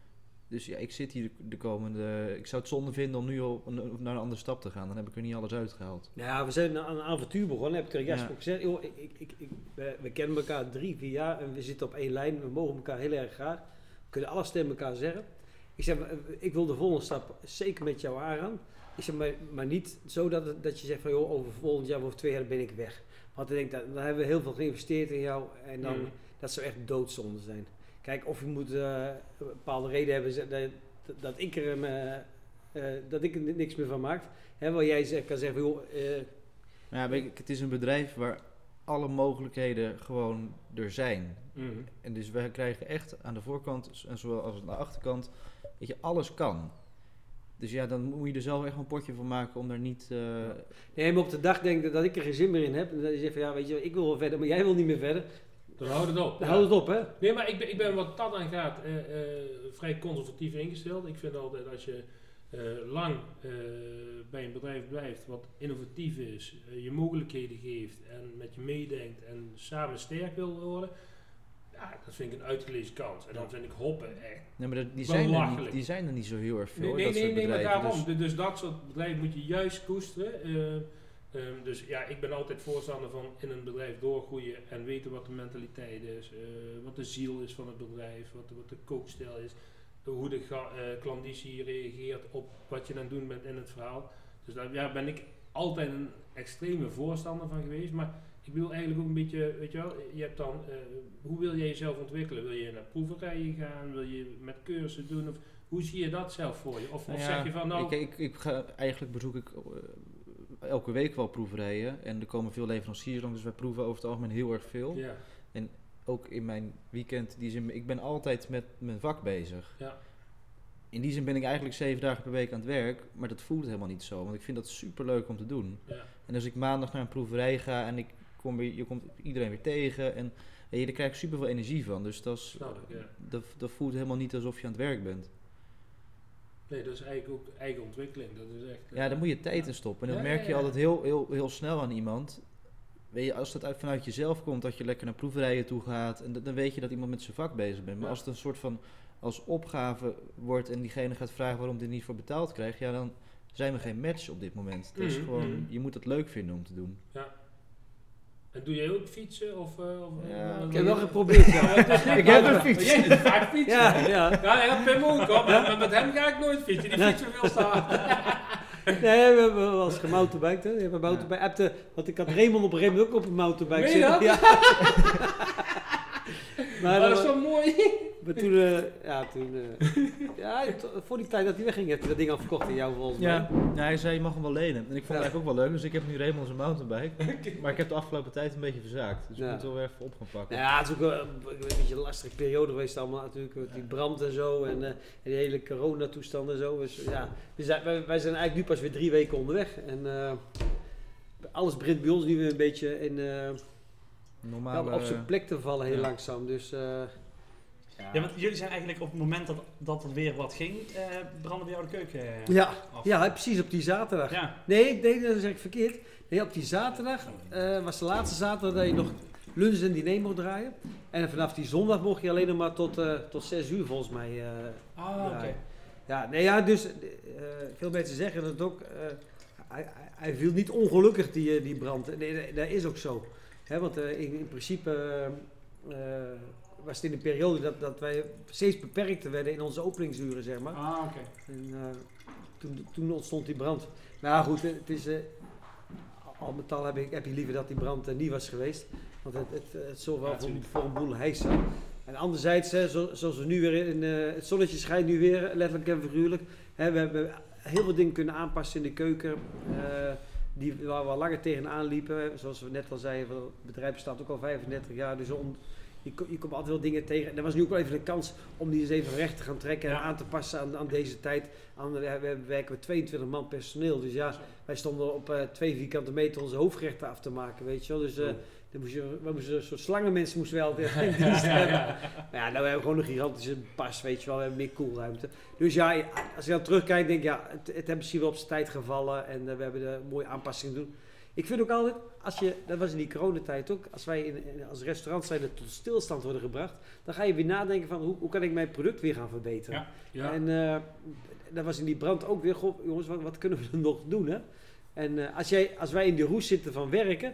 Dus ja, ik zit hier de, de komende... Ik zou het zonde vinden om nu al een- naar een andere stap te gaan. Dan heb ik er niet alles uitgehaald. Nou ja, we zijn aan een avontuur begonnen, heb ik tegen Jasper Ja. ook gezegd. Joh, ik, ik, ik, ik- we, we kennen elkaar drie, vier jaar en we zitten op één lijn. We mogen elkaar heel erg graag. We kunnen alles tegen elkaar zeggen. Ik zeg, ik wil de volgende stap zeker met jou aangaan. Ik zeg, maar, maar niet zo dat, het- dat je zegt van, joh, over volgend jaar of over twee jaar ben ik weg. Want ik denk, dat, dan hebben we heel veel geïnvesteerd in jou en dan, Mm. dat zou echt doodzonde zijn. Kijk, of je moet eh, een bepaalde reden hebben ze- dat, dat, ik er, eh, eh, dat ik er niks meer van maak. Hè, waar jij zegt, kan zeggen, van, joh, eh, Maar ja, weet ik, het is een bedrijf waar alle mogelijkheden gewoon er zijn. Mm. En dus wij krijgen echt aan de voorkant en zowel als aan de achterkant, weet je, alles kan. Dus ja, dan moet je er zelf echt een potje van maken om daar niet... eh, nee, maar op de dag denk ik dat ik er geen zin meer in heb. En dat je zegt van, ja, weet je, ik wil wel verder, maar jij wil niet meer verder. Dan houd het op. Dan Ja. houd het op, hè. Nee, maar ik ben, ik ben wat dat aan gaat eh, eh, vrij conservatief ingesteld. Ik vind altijd als je eh, lang eh, bij een bedrijf blijft wat innovatief is, eh, je mogelijkheden geeft en met je meedenkt en samen sterk wil worden, ja, dat vind ik een uitgelezen kans. En dan vind ik hoppen echt. nee, maar dat- die, Wel zijn er niet, belachelijk. die zijn er niet zo heel erg veel, Nee, hoor, nee, dat nee, soort nee, maar bedrijven. daarom. Dus- Dus, dus dat soort bedrijven moet je juist koesteren. Eh, ehm, dus ja, ik ben altijd voorstander van in een bedrijf doorgroeien en weten wat de mentaliteit is, eh, wat de ziel is van het bedrijf, wat, de- wat de kookstijl is, hoe de ga- eh, klanditie reageert op wat je aan het doen bent in het verhaal. Dus daar ja, ben ik altijd een extreme voorstander van geweest. Maar ik wil eigenlijk ook een beetje, weet je wel, je hebt dan, eh, hoe wil jij jezelf ontwikkelen? Wil je naar proeverijen gaan? Wil je met cursussen doen? Of hoe zie je dat zelf voor je? Of, of Nou ja, zeg je van nou... Ik, ik, ik ga, eigenlijk bezoek ik eh, elke week wel proeverijen. En er komen veel leveranciers langs, dus wij proeven over het algemeen heel erg veel. ja, Ook in mijn weekend, die zin, ik ben altijd met mijn vak bezig. ja. In die zin ben ik eigenlijk zeven dagen per week aan het werk, maar dat voelt helemaal niet zo. Want ik vind dat super leuk om te doen. Ja. En als ik maandag naar een proeverij ga en ik kom weer, je komt iedereen weer tegen en, en je, daar krijg ik super veel energie van. Dus dat, is, Snap ik, ja. dat, dat voelt helemaal niet alsof je aan het werk bent. Nee, dat is eigenlijk ook eigen ontwikkeling. Dat is echt... eh, Ja, daar moet je tijd ja. in stoppen. En dat Ja, merk ja, je ja. altijd heel, heel, heel snel aan iemand. Weet je, als dat uit, vanuit jezelf komt, dat je lekker naar proeverijen toe gaat, en dat- dan weet je dat iemand met zijn vak bezig bent. Maar Ja. als het een soort van als opgave wordt en diegene gaat vragen waarom hij er niet voor betaald krijgt, ja, dan zijn we geen match op dit moment. Dat is Mhm, gewoon, mhm. je moet het leuk vinden om te doen. En doe jij ook fietsen? Of, uh, of, Ja, uh, Ik heb wel geprobeerd, ja. ik heb een fiets. Jij doet vaak fietsen. Ja, hè? ja. Ja, ja, Pim ook hoor, maar, maar met hem ga ik nooit fietsen. Die Nee. fietsen veel staan. Nee, we hebben wel eens gemountainbiked, hè. Je hebt een mountainbike. Heb de, want ik had Raymond op een gegeven moment ook op een mountainbike Meen je zitten. dat? Ja. maar, Maar dat is dat- wel mooi. maar toen, eh, ja, toen, eh, ja, t- voor die tijd dat hij wegging, heeft hij dat ding al verkocht in jou volgens mij. Ja, ja, hij zei je mag hem wel lenen. En ik vond het Ja. eigenlijk ook wel leuk, dus ik heb nu Raymond zijn mountainbike. Maar ik heb de afgelopen tijd een beetje verzaakt. Dus Ja. ik moet het wel even op gaan pakken. Nou ja, het is ook wel een, een beetje een lastige periode geweest allemaal natuurlijk, met die brand en zo en, eh, en die hele coronatoestand en zo. Dus ja, we zijn, wij, wij zijn eigenlijk nu pas weer drie weken onderweg en eh, alles begint bij ons nu weer een beetje in, eh, ja, Normale, op zijn plek te vallen heel ja. langzaam. Dus, eh, Ja, want jullie zijn eigenlijk op het moment dat, dat het weer wat ging, eh brandde bij jou de keuken eh, ja, af. ja, precies op die zaterdag. Ja. Nee, nee, dat zeg ik verkeerd. Nee, op die zaterdag eh, was de laatste zaterdag dat je nog lunch en diner mocht draaien. En vanaf die zondag mocht je alleen nog maar tot, eh, tot zes uur volgens mij eh, Ah, oké. draaien. Ja, nee, ja, dus eh, veel mensen zeggen dat ook. eh, hij, hij- hij viel niet ongelukkig, die, eh, die brand. Nee, dat- dat is ook zo. Hè, want eh, in, in principe eh, eh, was het in een periode dat, dat wij steeds beperkter werden in onze openingsuren, zeg maar. Ah, oké. En, eh, toen, toen ontstond die brand. Maar ja, goed, het is, eh, al met al heb, ik, heb je liever dat die brand eh, niet was geweest. Want het, het, het zorgt wel Ja, voor, tuurlijk. voor een boel hijsen. En anderzijds, hè, zo, zoals we nu weer in, eh, het zonnetje schijnt nu weer, letterlijk en figuurlijk. Hè, we hebben heel veel dingen kunnen aanpassen in de keuken. eh, die, waar we al langer tegenaan liepen. Zoals we net al zeiden, het bedrijf bestaat ook al vijfendertig jaar. Dus om, je, ko- je komt altijd wel dingen tegen. En er was nu ook wel even een kans om die eens even recht te gaan trekken en Ja. aan te passen aan, aan deze tijd. Aan, we, we werken met tweeëntwintig man personeel. Dus ja, wij stonden op eh, twee vierkante meter onze hoofdgerechten af te maken, weet je wel. Dus eh, dan moest je, we moesten een soort slangenmensen moesten we altijd in dienst hebben. Maar ja, nou we hebben gewoon een gigantische pas, weet je wel. We hebben meer koelruimte. Dus ja, als je dan terugkijkt, denk ik, ja, het, het heeft misschien wel op zijn tijd gevallen. En eh, we hebben de mooie aanpassingen doen. Ik vind ook altijd, als je, dat was in die coronatijd ook, als wij in, in- als restaurant zijn tot stilstand worden gebracht, dan ga je weer nadenken van hoe, hoe kan ik mijn product weer gaan verbeteren. Ja. Ja. En uh, dat was in die brand ook weer, goh, jongens, wat, wat kunnen we er nog doen? Hè? En uh, als, jij, als wij in die roes zitten van werken,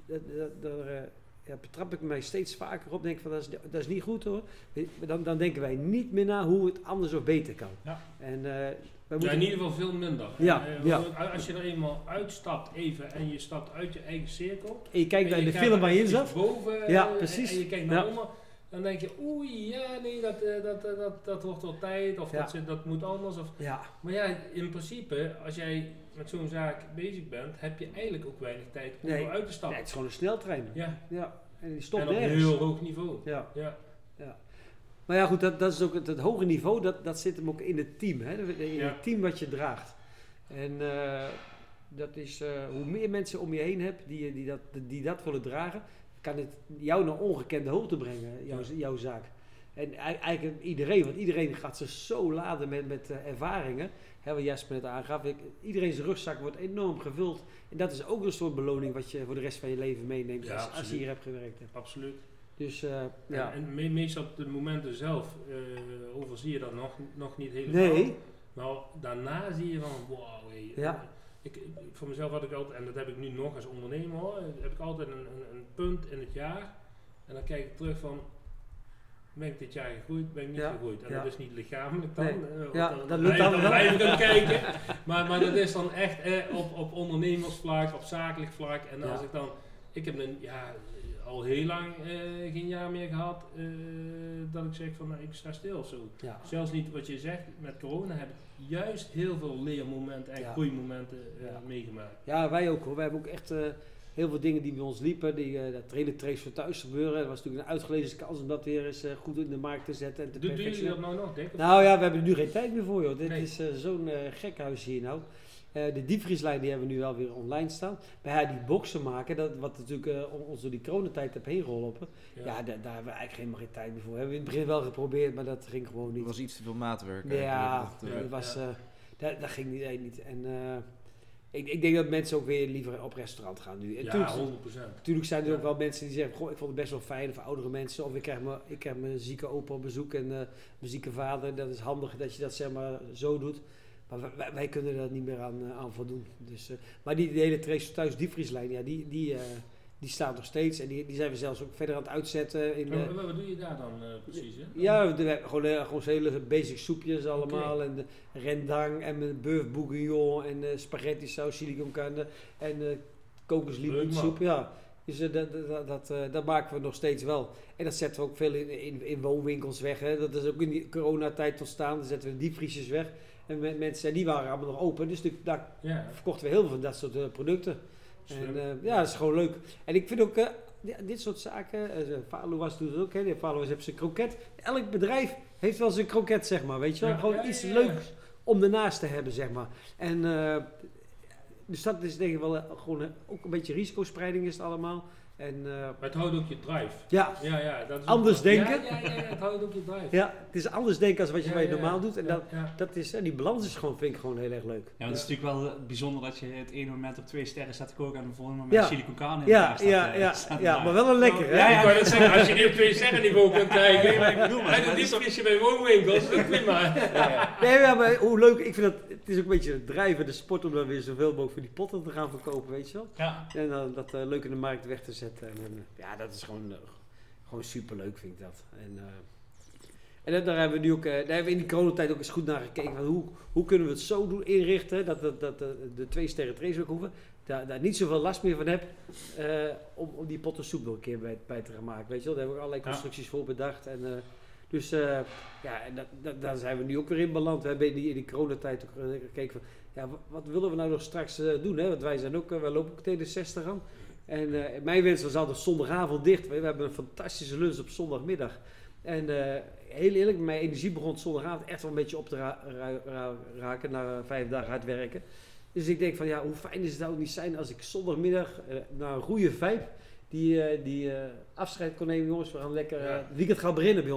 daar uh, ja, betrap ik mij steeds vaker op, denk van dat is, dat is niet goed hoor. Dan, dan denken wij niet meer na hoe het anders of beter kan. Ja. En, uh, Ja, in ieder geval veel minder. Ja, En, eh, ja. Als je er eenmaal uitstapt even en je stapt uit je eigen cirkel. En je kijkt en naar je de kijkt film waar je in eventjes zat. boven Ja, eh, precies. En je kijkt naar Ja. onder. Dan denk je, oei, ja, nee, dat, eh, dat, eh, dat, dat wordt wel tijd. Of Ja. dat, zit- dat moet anders. Of, Ja, maar ja, in principe, als jij met zo'n zaak bezig bent, heb je eigenlijk ook weinig tijd om Nee. eruit te ja, stappen. het is gewoon een sneltrein. Ja, Ja, en die stopt en op een nergens. heel hoog niveau. Ja. Ja. Maar ja, goed, dat, dat is ook het, het hoge niveau, dat, dat zit hem ook in het team. Hè? In Ja. het team wat je draagt. En uh, dat is, uh, hoe meer mensen om je heen hebt die, die, dat, die dat willen dragen, kan het jou naar ongekende hoogte brengen, jouw, jouw zaak. En eigenlijk iedereen, want iedereen gaat zich zo laden met, met uh, ervaringen. Hè, wat Jasper net aangaf, ik, iedereen zijn rugzak wordt enorm gevuld. En dat is ook een soort beloning wat je voor de rest van je leven meeneemt Ja, als, als je absoluut. hier hebt gewerkt. Hebt. Absoluut. Dus uh, Ja. ja. En, en me- meestal op de momenten zelf uh, overzie je dat nog, nog niet helemaal. Nee. Maar daarna zie je van, wow, hey, Ja. ik, ik, voor mezelf had ik altijd, en dat heb ik nu nog als ondernemer hoor, heb ik altijd een, een, een punt in het jaar. En dan kijk ik terug van, ben ik dit jaar gegroeid, ben ik niet Ja. gegroeid. En Ja. dat is niet lichamelijk dan. Nee. eh, want Ja, dan, dat dan lukt blijf, dan dan wel. blijf ik aan het kijken. Maar, maar dat is dan echt eh, op, op ondernemersvlak, op zakelijk vlak. En als Ja. ik dan, ik heb een, ja, al heel lang eh, geen jaar meer gehad eh, dat ik zeg van nou, ik sta stil of zo. Ja. Zelfs niet wat je zegt, met corona heb ik juist heel veel leermomenten en Ja. groeimomenten eh, Ja. meegemaakt. Ja, wij ook hoor. Wij hebben ook echt uh, heel veel dingen die bij ons liepen. Die, uh, dat trainen trace voor thuis gebeuren. Dat was natuurlijk een uitgelezen kans om dat weer eens uh, goed in de markt te zetten. En te Doen doen jullie dat perfectioneren. nou nog, denk ik? Nou ja, we hebben er nu geen tijd meer voor joh. Dit Nee. is uh, zo'n uh, gek huis hier nou. Uh, de diepvrieslijn die hebben we nu wel weer online staan. Maar ja, die boxen maken, dat, wat natuurlijk uh, ons door die coronatijd heb heen geholpen. Ja, ja da- daar hebben we eigenlijk helemaal geen tijd meer voor. We hebben in het begin wel geprobeerd, maar dat ging gewoon Het niet. was iets te veel maatwerk. Ja, eigenlijk. Dat, ja. eh, dat, was, Ja. uh, dat, dat ging niet. nee, niet. En uh, ik, ik denk dat mensen ook weer liever op restaurant gaan nu. En Ja, tuurlijk- honderd procent. Natuurlijk zijn er Ja. ook wel mensen die zeggen, goh, ik vond het best wel fijn voor oudere mensen. Of ik krijg mijn, ik krijg mijn zieke opa op bezoek en uh, mijn zieke vader. Dat is handig dat je dat zeg maar zo doet. Maar wij, wij, wij kunnen daar niet meer aan, uh, aan voldoen. Dus, uh, maar die, die hele Trace thuis diepvrieslijn, ja, die, die, uh, die staat nog steeds. En die, die zijn we zelfs ook verder aan het uitzetten. In, Maar uh, wat, wat doe je daar dan uh, precies? Hè? ja, we hebben gewoon, uh, gewoon hele basic soepjes allemaal. En de rendang en mijn beurre bourguignon en uh, spaghetti saus, siliconkarne en uh, kokoslimoensoep. Ja. Dus uh, dat, dat, dat, uh, dat maken we nog steeds wel. En dat zetten we ook veel in, in, in woonwinkels weg. Hè. Dat is ook in die coronatijd ontstaan. Dan zetten we diepvriesjes weg. En met, mensen, die waren allemaal nog open. Dus die, daar Ja. verkochten we heel veel van dat soort uh, producten. Slim. En uh, ja, dat is gewoon leuk. En ik vind ook, uh, ja, dit soort zaken, uh, Valuwas doet het ook, hè. Valuwas heeft zijn kroket. Elk bedrijf heeft wel zijn kroket, zeg maar, weet je wel. Ja, gewoon ja, iets ja, ja. leuks om ernaast te hebben, zeg maar. En uh, dus dat is denk ik wel uh, gewoon uh, ook een beetje risicospreiding is het allemaal. En uh, Maar het houdt ook je drive. ja, Ja, ja, dat is Anders ook- denken. Ja, ja, ja, ja, het houdt ook je drive. ja, het is anders denken als wat je, Ja, wat je ja, normaal ja. doet. En Ja, dat, ja. dat is, en die balans is gewoon, vind ik gewoon heel erg leuk. Ja, want het is natuurlijk wel bijzonder dat je het ene moment op twee sterren staat te koken en het volgende moment Ja. chili con carne in Ja, elkaar staat, ja, eh, ja, staat te ja, draaien. maar wel een lekker, hè? Ja, ik wou net zeggen, als je die op twee sterren niveau kunt krijgen. Nee, maar ik bedoel maar, En maar een het is toch- diepvriesje bij woonwinkels, dat is prima. Nee, ja, maar hoe leuk, ik vind dat, het is ook een beetje het drijven, de sport om dan weer zoveel mogelijk voor die potten te gaan verkopen, weet je wel. Ja. En dan dat uh, leuk in de markt weg te zetten. En, uh, ja, dat is gewoon, uh, gewoon super leuk, vind ik dat. En, uh, en dat, daar hebben we nu ook, uh, daar hebben we in die coronatijd ook eens goed naar gekeken. Van hoe, hoe kunnen we het zo doen inrichten dat, dat, dat uh, de twee sterren tracehoeven daar, daar niet zoveel last meer van heb uh, om, om die potten soep nog een keer bij, bij te gaan maken. Weet je wel, daar hebben we allerlei constructies voor bedacht. En, uh, dus uh, ja, en dat, dat, daar zijn we nu ook weer in beland. We hebben in die, in die coronatijd ook uh, gekeken van, ja, wat, wat willen we nou nog straks uh, doen? Hè? Want wij zijn ook, uh, wij lopen ook tegen de zestig aan. En uh, mijn wens was altijd zondagavond dicht. We hebben een fantastische lunch op zondagmiddag. En uh, heel eerlijk, mijn energie begon zondagavond echt wel een beetje op te ra- ra- ra- raken na uh, vijf dagen hard werken. Dus ik denk van ja, hoe fijn is het nou niet zijn als ik zondagmiddag uh, na een goede vibe die, uh, die uh, afscheid kon nemen. Jongens, we gaan lekker uh, Ja. het weekend gaan beginnen bij ons.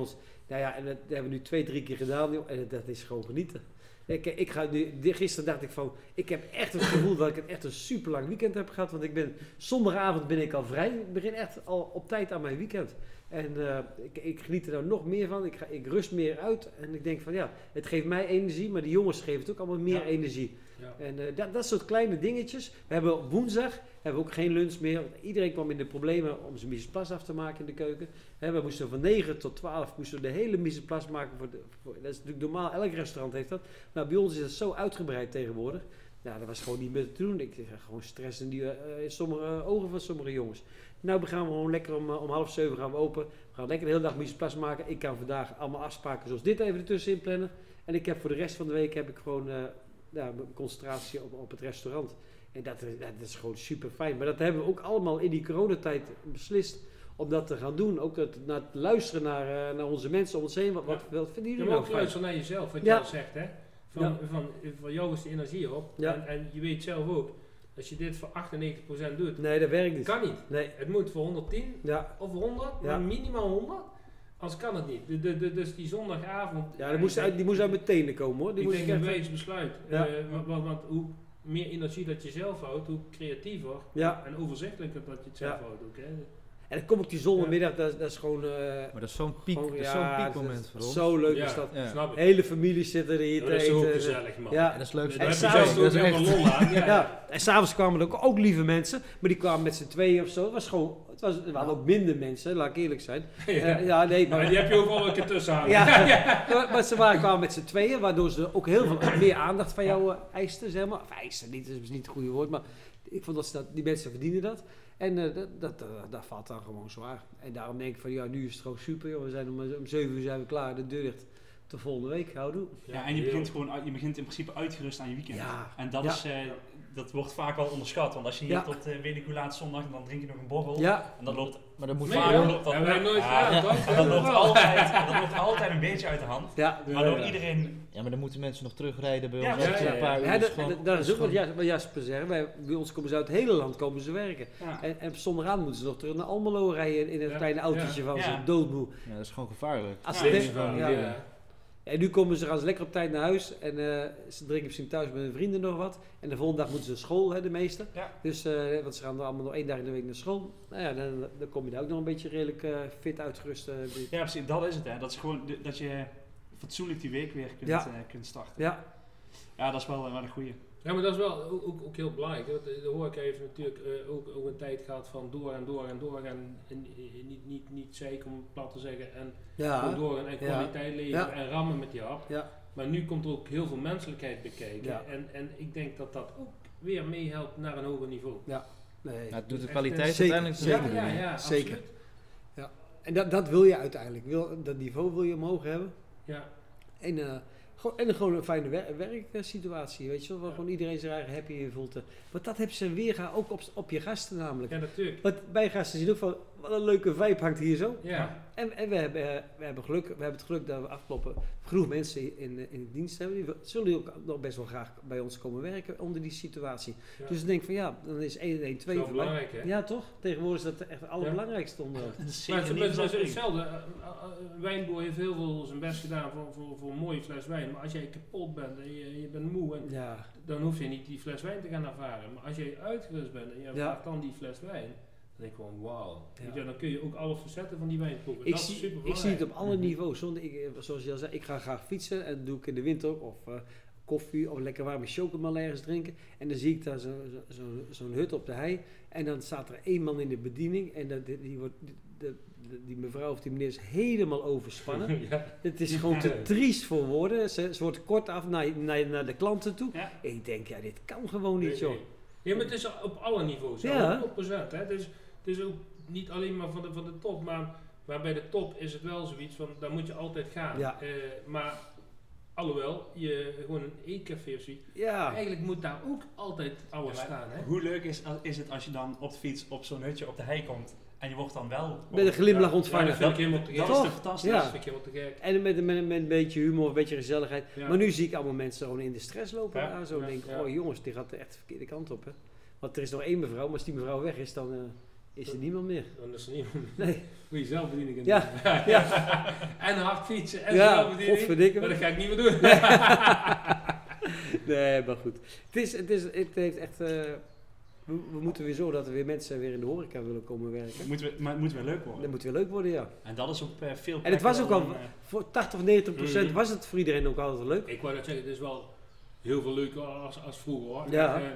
Nou ja, en dat hebben we nu twee, drie keer gedaan, joh, en dat, dat is gewoon genieten. Ik, ik ga nu, gisteren dacht ik van, ik heb echt het gevoel dat ik het echt een super lang weekend heb gehad, want ik ben, zondagavond ben ik al vrij, ik begin echt al op tijd aan mijn weekend. En uh, ik, ik geniet er nou nog meer van, ik, ga, ik rust meer uit en ik denk van ja, het geeft mij energie, maar die jongens geven het ook allemaal meer ja. energie. Ja. En uh, dat, dat soort kleine dingetjes. We hebben op woensdag hebben we ook geen lunch meer. Iedereen kwam in de problemen om zijn mise en place af te maken in de keuken. He, we moesten van negen tot twaalf moesten we de hele mise en place maken. Voor de, voor, dat is natuurlijk normaal, elk restaurant heeft dat. Maar bij ons is dat zo uitgebreid tegenwoordig. Ja, dat was gewoon niet meer te doen. Ik zeg gewoon stress in, die, uh, in sommige uh, ogen van sommige jongens. Nou, we gaan gewoon lekker om, uh, om half zeven gaan we open. We gaan lekker de hele dag mise en place maken. Ik kan vandaag allemaal afspraken zoals dit even ertussenin plannen. En ik heb voor de rest van de week heb ik gewoon uh, ja, concentratie op, op het restaurant. En dat, dat is gewoon super fijn. Maar dat hebben we ook allemaal in die coronatijd beslist om dat te gaan doen. Ook het, naar het luisteren naar, uh, naar onze mensen om ons heen. Wat, wat, wat vinden jullie ja, nou ook luisteren naar jezelf, wat ja. je al zegt. Hè? Van, ja. van, van jou is de energie op. Ja. En, en je weet zelf ook, als je dit voor achtennegentig procent doet, nee, dat werkt niet. Kan niet. Nee. Het moet voor honderdtien ja. of honderd, ja. maar minimaal honderd. Anders kan het niet. De, de, de, dus die zondagavond... Ja, die moest uit, die moest uit mijn tenen komen hoor. Die ik moest denk een wijs besluit. Ja. Uh, want, want, want hoe meer energie dat je zelf houdt, hoe creatiever ja. en overzichtelijker dat je het zelf ja. houdt ook. Hè. En dan kom ik die zondagmiddag, dat, dat is gewoon... Uh, maar dat is zo'n piek, gewoon, dat is ja, zo'n piekmoment voor ons. Zo leuk ja, is dat. Ja. Snap ik. Hele families zitten er hier ja, te dat is eten. ook gezellig man. Ja. En dat is leuk. En en s'avonds ook helemaal lol aan. Ja. ja. En s'avonds kwamen er ook, ook lieve mensen, maar die kwamen met z'n tweeën of zo. Het was gewoon... Het was, er waren ook minder mensen, laat ik eerlijk zijn. Ja, uh, ja nee, maar, maar die heb je ook wel een keer tussen aan. Ja, ja. Maar, maar ze waren, kwamen met z'n tweeën, waardoor ze ook heel veel meer aandacht van jou uh, eisten, zeg maar. Of eisten, niet, dat is niet het goede woord, maar ik vond dat, ze dat die mensen verdienen dat. En uh, dat, dat, uh, dat valt dan gewoon zwaar. En daarom denk ik van, ja, nu is het gewoon super, joh. We zijn om, om zeven uur zijn we klaar, de deur dicht. De volgende week, houdoe. Ja, ja, en je begint gewoon, je begint in principe uitgerust aan je weekend. Ja. En dat ja. is... Uh, dat wordt vaak wel onderschat, want als je hier ja. tot uh, weet ik hoe laat zondag, dan drink je nog een borrel. Ja. En dat loopt... Maar dat moet nee, vaak... ja. Loopt dat, ja, wij nooit ja, gedaan, ja. toch? En dat loopt, altijd, dat loopt altijd een beetje uit de hand. Ja. Waardoor ja. iedereen... Ja, maar dan moeten mensen nog terugrijden bij Ja, ons. ja, Ja, ja, een paar ja. uur. Ja, Dus dat, gewoon- dat, dat is ook wat, gewoon- Jas, wat Jasper zegt. Wij, bij ons komen ze uit het hele land komen ze werken. Ja. En, en op zondagavond moeten ze nog terug naar Almelo rijden in een Ja. kleine autootje Ja. van Ja. ze doodmoe. Ja, dat is gewoon gevaarlijk. Als Ja, ze dat de- is gewoon, ja. ja. En nu komen ze, gaan ze lekker op tijd naar huis en uh, ze drinken misschien thuis met hun vrienden nog wat. En de volgende dag moeten ze naar school, hè, de meesten. Ja. Dus, uh, want ze gaan er allemaal nog één dag in de week naar school. Nou ja, dan, dan kom je daar ook nog een beetje redelijk uh, fit uitgerust. Uh, Ja, precies. Dat is het, hè. Dat is gewoon de, dat je fatsoenlijk die week weer kunt, Ja. uh, kunt starten. ja, Ja, dat is wel, uh, wel een goeie. Ja, maar dat is wel ook, ook, ook heel belangrijk. Hè. De, de horeca heeft natuurlijk uh, ook, ook een tijd gehad van door en door en door. En, en, en niet, niet, niet zeker om het plat te zeggen. En ja, gewoon door en, en Ja. kwaliteit leveren Ja. en rammen met die hap. ja, Maar nu komt er ook heel veel menselijkheid bekijken. Ja. En, en ik denk dat dat ook weer meehelpt naar een hoger niveau. nee. Ja, het doet de Echt, kwaliteit zeker, uiteindelijk zeker. Ja, zeker. ja, ja, Zeker. absoluut. En dat, dat wil je uiteindelijk. Wil, dat niveau wil je omhoog hebben. Ja. En, uh, gewoon, en gewoon een fijne wer werksituatie, weet je wel. Waar Ja. gewoon iedereen zich eigen happy in voelt. Want dat hebben ze weer gaan, ook op, op je gasten namelijk. Ja, natuurlijk. Want bij gasten zien ook van, wat een leuke vibe hangt hier zo. Ja. En, en we, hebben, uh, we, hebben geluk, we hebben het geluk dat we afkloppen genoeg mensen in, uh, in dienst hebben. Die zullen ook nog best wel graag bij ons komen werken onder die situatie. Ja. Dus ik denk van ja, dan is één en één twee Zo voor mij. belangrijk, hè? Ja toch? Tegenwoordig is dat echt het allerbelangrijkste onderhoud. Dat is Maar zeker het niet is zo hetzelfde. Uh, uh, Een wijnboer heeft heel veel zijn best gedaan voor, voor, voor een mooie fles wijn. Maar als jij kapot bent en je, je bent moe, en, Ja, dan hoef je niet die fles wijn te gaan ervaren. Maar als jij uitgerust bent en je Ja. ervaart dan die fles wijn, dan denk ik gewoon wauw. Ja. Weet je, dan kun je ook alle facetten van die wijn proeven. ik Dat is zie, super ik zie het op alle Mhm. niveaus. Zonder, ik, eh, zoals je al zei, ik ga graag fietsen en dat doe ik in de winter ook. Of uh, koffie of lekker warme chocomel ergens drinken. En dan zie ik daar zo'n zo, zo, zo'n hut op de hei. En dan staat er één man in de bediening. En dat, die, die, wordt, die, de, de, die mevrouw of die meneer is helemaal overspannen. Ja. Het is gewoon te triest voor woorden. Ze, ze wordt kort af naar, naar, naar de klanten toe. Ja. En ik denk, ja, dit kan gewoon niet, Nee, joh. nee. Ja, maar het is op alle niveaus. Ja. Ja. honderd procent. Hè. Het, is, het is ook niet alleen maar van de, van de top, maar, maar bij de top is het wel zoiets van, daar moet je altijd gaan. Ja. Uh, maar alhoewel, je gewoon een eetcafé of zoiets, Ja, eigenlijk moet daar ook altijd alles Ja, maar staan. Hè. Hoe leuk is, is het als je dan op de fiets op zo'n hutje op de hei komt en je wordt dan wel... met een glimlach Ja, ontvangen. dat vind ik helemaal te Dat gek. is Toch? toch fantastisch? Ja. Dat vind ik helemaal te gek. En met, met, met een beetje humor, een beetje gezelligheid. Ja. Maar nu zie ik allemaal mensen gewoon in de stress lopen. Ja. Ja, zo Ja, denk ik, ja. oh jongens, die gaat echt de verkeerde kant op. Hè. Want er is nog één mevrouw, maar als die mevrouw weg is, dan, uh, is er niemand meer. Dan is er niemand meer. Nee. Moet je zelfbediening in Ja, doen. ja. En hard fietsen en Ja, zelfbediening. godverdikke me. Maar dat ga ik niet meer doen. Nee, maar goed. Het, is, het, is, het heeft echt... Uh, we, we moeten weer zo dat er weer mensen weer in de horeca willen komen werken. Moeten we, maar het moet weer leuk worden. Dat moet weer leuk worden, ja. En dat is op uh, veel En het was ook plekken al, wel, uh, voor tachtig of negentig procent Mhm. was het voor iedereen ook altijd leuk. Ik wou net zeggen, het is wel heel veel leuker als, als vroeger hoor. Ja. En,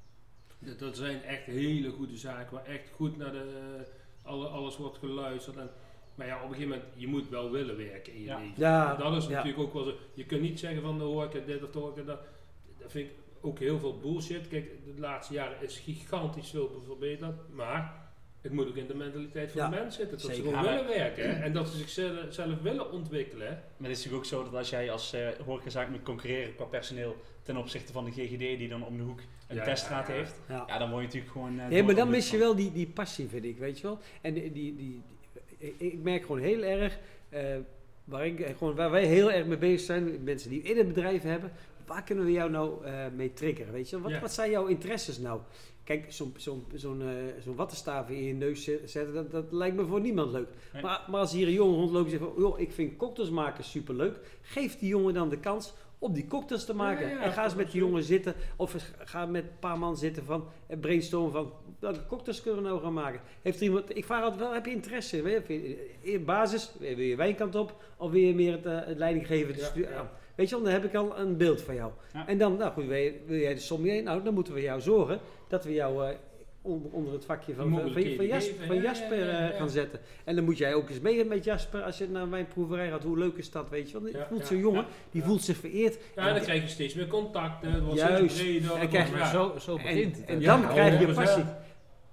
uh, dat- dat zijn echt hele goede zaken, waar echt goed naar de, alle, alles wordt geluisterd. En, maar ja, op een gegeven moment, je moet wel willen werken in je Ja. leven. Ja, En dat is ja. natuurlijk ook wel zo. Je kunt niet zeggen van de horeca dit of de horeca dat. Dat vind ik ook heel veel bullshit. Kijk, de laatste jaren is gigantisch veel verbeterd, maar het moet ook in de mentaliteit van Ja, de mensen zitten. Dat zeker. ze gewoon Ja, willen werken hè, en dat ze zichzelf zelf willen ontwikkelen. Hè. Maar het is natuurlijk ook zo dat als jij als uh, horecazaak moet concurreren qua personeel ten opzichte van de G G D die dan om de hoek een Ja, teststraat ja, ja. heeft, Ja. ja, dan word je natuurlijk gewoon... Uh, Nee, maar door- dan door- mis je wel die, die passie, vind ik, weet je wel. En die, die, die, die- ik, ik merk gewoon heel erg, uh, waar, ik, gewoon, waar wij heel erg mee bezig zijn, mensen die in het bedrijf hebben, waar kunnen we jou nou uh, mee triggeren, weet je wel? Wat, Ja. wat zijn jouw interesses nou? Kijk, zo'n zo'n zo'n uh, zo'n wattenstaaf in je neus zet- zetten, dat, dat lijkt me voor niemand leuk. Nee. Maar, maar als hier een jongen rondloopt en zegt van, joh, ik vind cocktails maken superleuk, geef die jongen dan de kans om die cocktails te maken. Ja, ja, en ga eens met die absoluut. jongen zitten, of eens ga met een paar man zitten van, en brainstormen van, welke cocktails kunnen we nou gaan maken? Heeft er iemand, ik vraag altijd wel, heb je interesse? Weet je, in basis, wil je wijnkant op, of wil je meer het, uh, het leidinggevende Ja, stuur? ja. Weet je wel, dan heb ik al een beeld van jou. Ja. En dan, nou goed, wil, je, wil jij de sommelier? Nou, dan moeten we jou zorgen dat we jou uh, onder, onder het vakje van, van, van, Mogelijkheden van, Jas- geven, van ja, Jasper ja, ja, uh, ja. gaan zetten. En dan moet jij ook eens mee met Jasper als je naar mijn proeverij gaat. Hoe leuk is dat, weet je wel? Ja, voelt ja, zo'n jongen, ja, die ja. voelt zich vereerd. Ja, en dan krijg je steeds meer contacten, het wordt Juist. steeds breder. En het krijg wordt- je ja. Zo, zo begint En, het. en Ja, dan krijg je honderd passie. procent.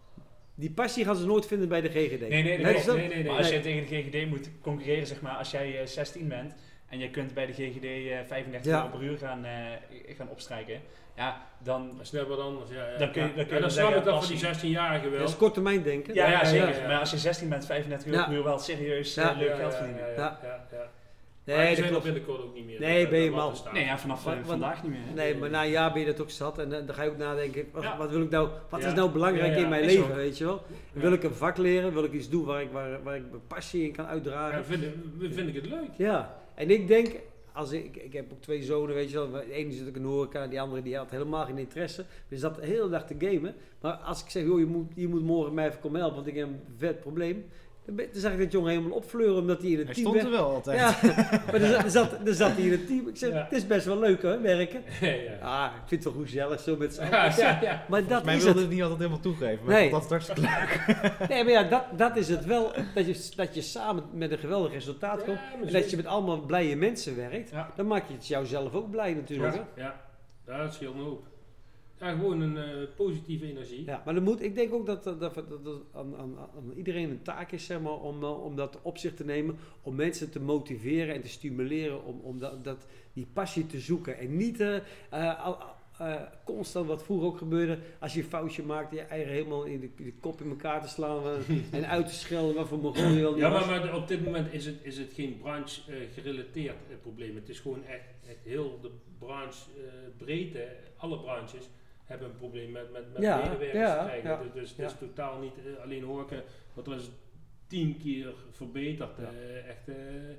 Die passie gaan ze nooit vinden bij de G G D. Nee, nee, nee. Nee, dus dat- nee, nee, nee. Maar als nee. je tegen de G G D moet concurreren, zeg maar, als jij uh, zestien bent en je kunt bij de G G D uh, vijfendertig Ja. euro per uur gaan, uh, gaan opstrijken, ja, dan... Dat is net wat anders. Ja, ja. Dan kun je- dan kun je ja, dan wel snap zeggen, ik dat voor die passie. zestien-jarigen wel. Dat is kort termijn denken. Ja, ja, zeker. ja. Maar als je zestien bent, vijfendertig euro Ja. per uur wel serieus uh, Ja. leuk Ja, geld ja, verdienen. Ja, ja, ja, ja. Nee, Maar die dat zijn er klopt. binnenkort ook niet meer. Nee, Dat- ben je dat mal. wat er staat. Nee, ja, vanaf uh, Want- want- vandaag niet meer. hè. Nee, maar na een jaar ben je dat ook zat en dan, dan ga je ook nadenken, wat, Ja. wat wil ik nou, wat Ja. is nou belangrijk Ja, ja, in mijn is leven, ook. weet je wel? Ja. Wil ik een vak leren, wil ik iets doen waar ik, waar, waar ik mijn passie in kan uitdragen? Ja, vind, ik- vind ik het leuk. Ja, en ik denk, als ik, ik heb ook twee zonen, weet je wel, de ene zit ook in de horeca, die andere die had helemaal geen interesse. Dus dat de hele dag te gamen. Maar als ik zeg, joh, je moet, je moet morgen mij even komen helpen, want ik heb een vet probleem. Dan, ben- dan zag ik dat jongen helemaal opfleuren, omdat hij in het Hij team stond werd. er wel altijd. Ja, maar dan zat, dan, zat, dan zat hij in het team. Ik zeg, Ja. het is best wel leuk hoor, werken. Ja, ja. Ah, ik vind het wel goed gezellig zo met z'n allen. Ja, Ja, ja, ja. maar dat Mij is wilde het. het niet altijd helemaal toegeven, maar Nee. ik vond dat straks klaar. Nee, maar ja, dat, dat is het wel. Dat je, dat je samen met een geweldig resultaat komt. Ja, maar En dat zo- je met allemaal blije mensen werkt. Ja. Dan maak je het jouzelf ook blij natuurlijk. hè? Ja, ja. Ja, dat scheelt een hoop. Ja, gewoon een eh, positieve energie. Ja, maar dan moet, ik denk ook dat, dat, dat, dat, dat aan, aan, aan iedereen een taak is zeg maar, om, uh, om dat op zich te nemen. Om mensen te motiveren en te stimuleren om, om dat, dat, die passie te zoeken. En niet uh, uh, al- uh, constant wat vroeger ook gebeurde. Als je een foutje maakt, je eigen helemaal in de, de kop in elkaar te slaan uh, en uit te schelden. Wat voor Mongool je wel niet Ja, was. maar, maar op dit moment is het, is het geen branche eh, gerelateerd eh, probleem. Het is gewoon echt, echt heel de branche eh, breedte, alle branches hebben een probleem met, met, met Ja, medewerkers ja, te krijgen. ja, Dus, dus het ja. is totaal niet eh, alleen horeca, want er is tien keer verbeterd. Ja. eh, echt, eh,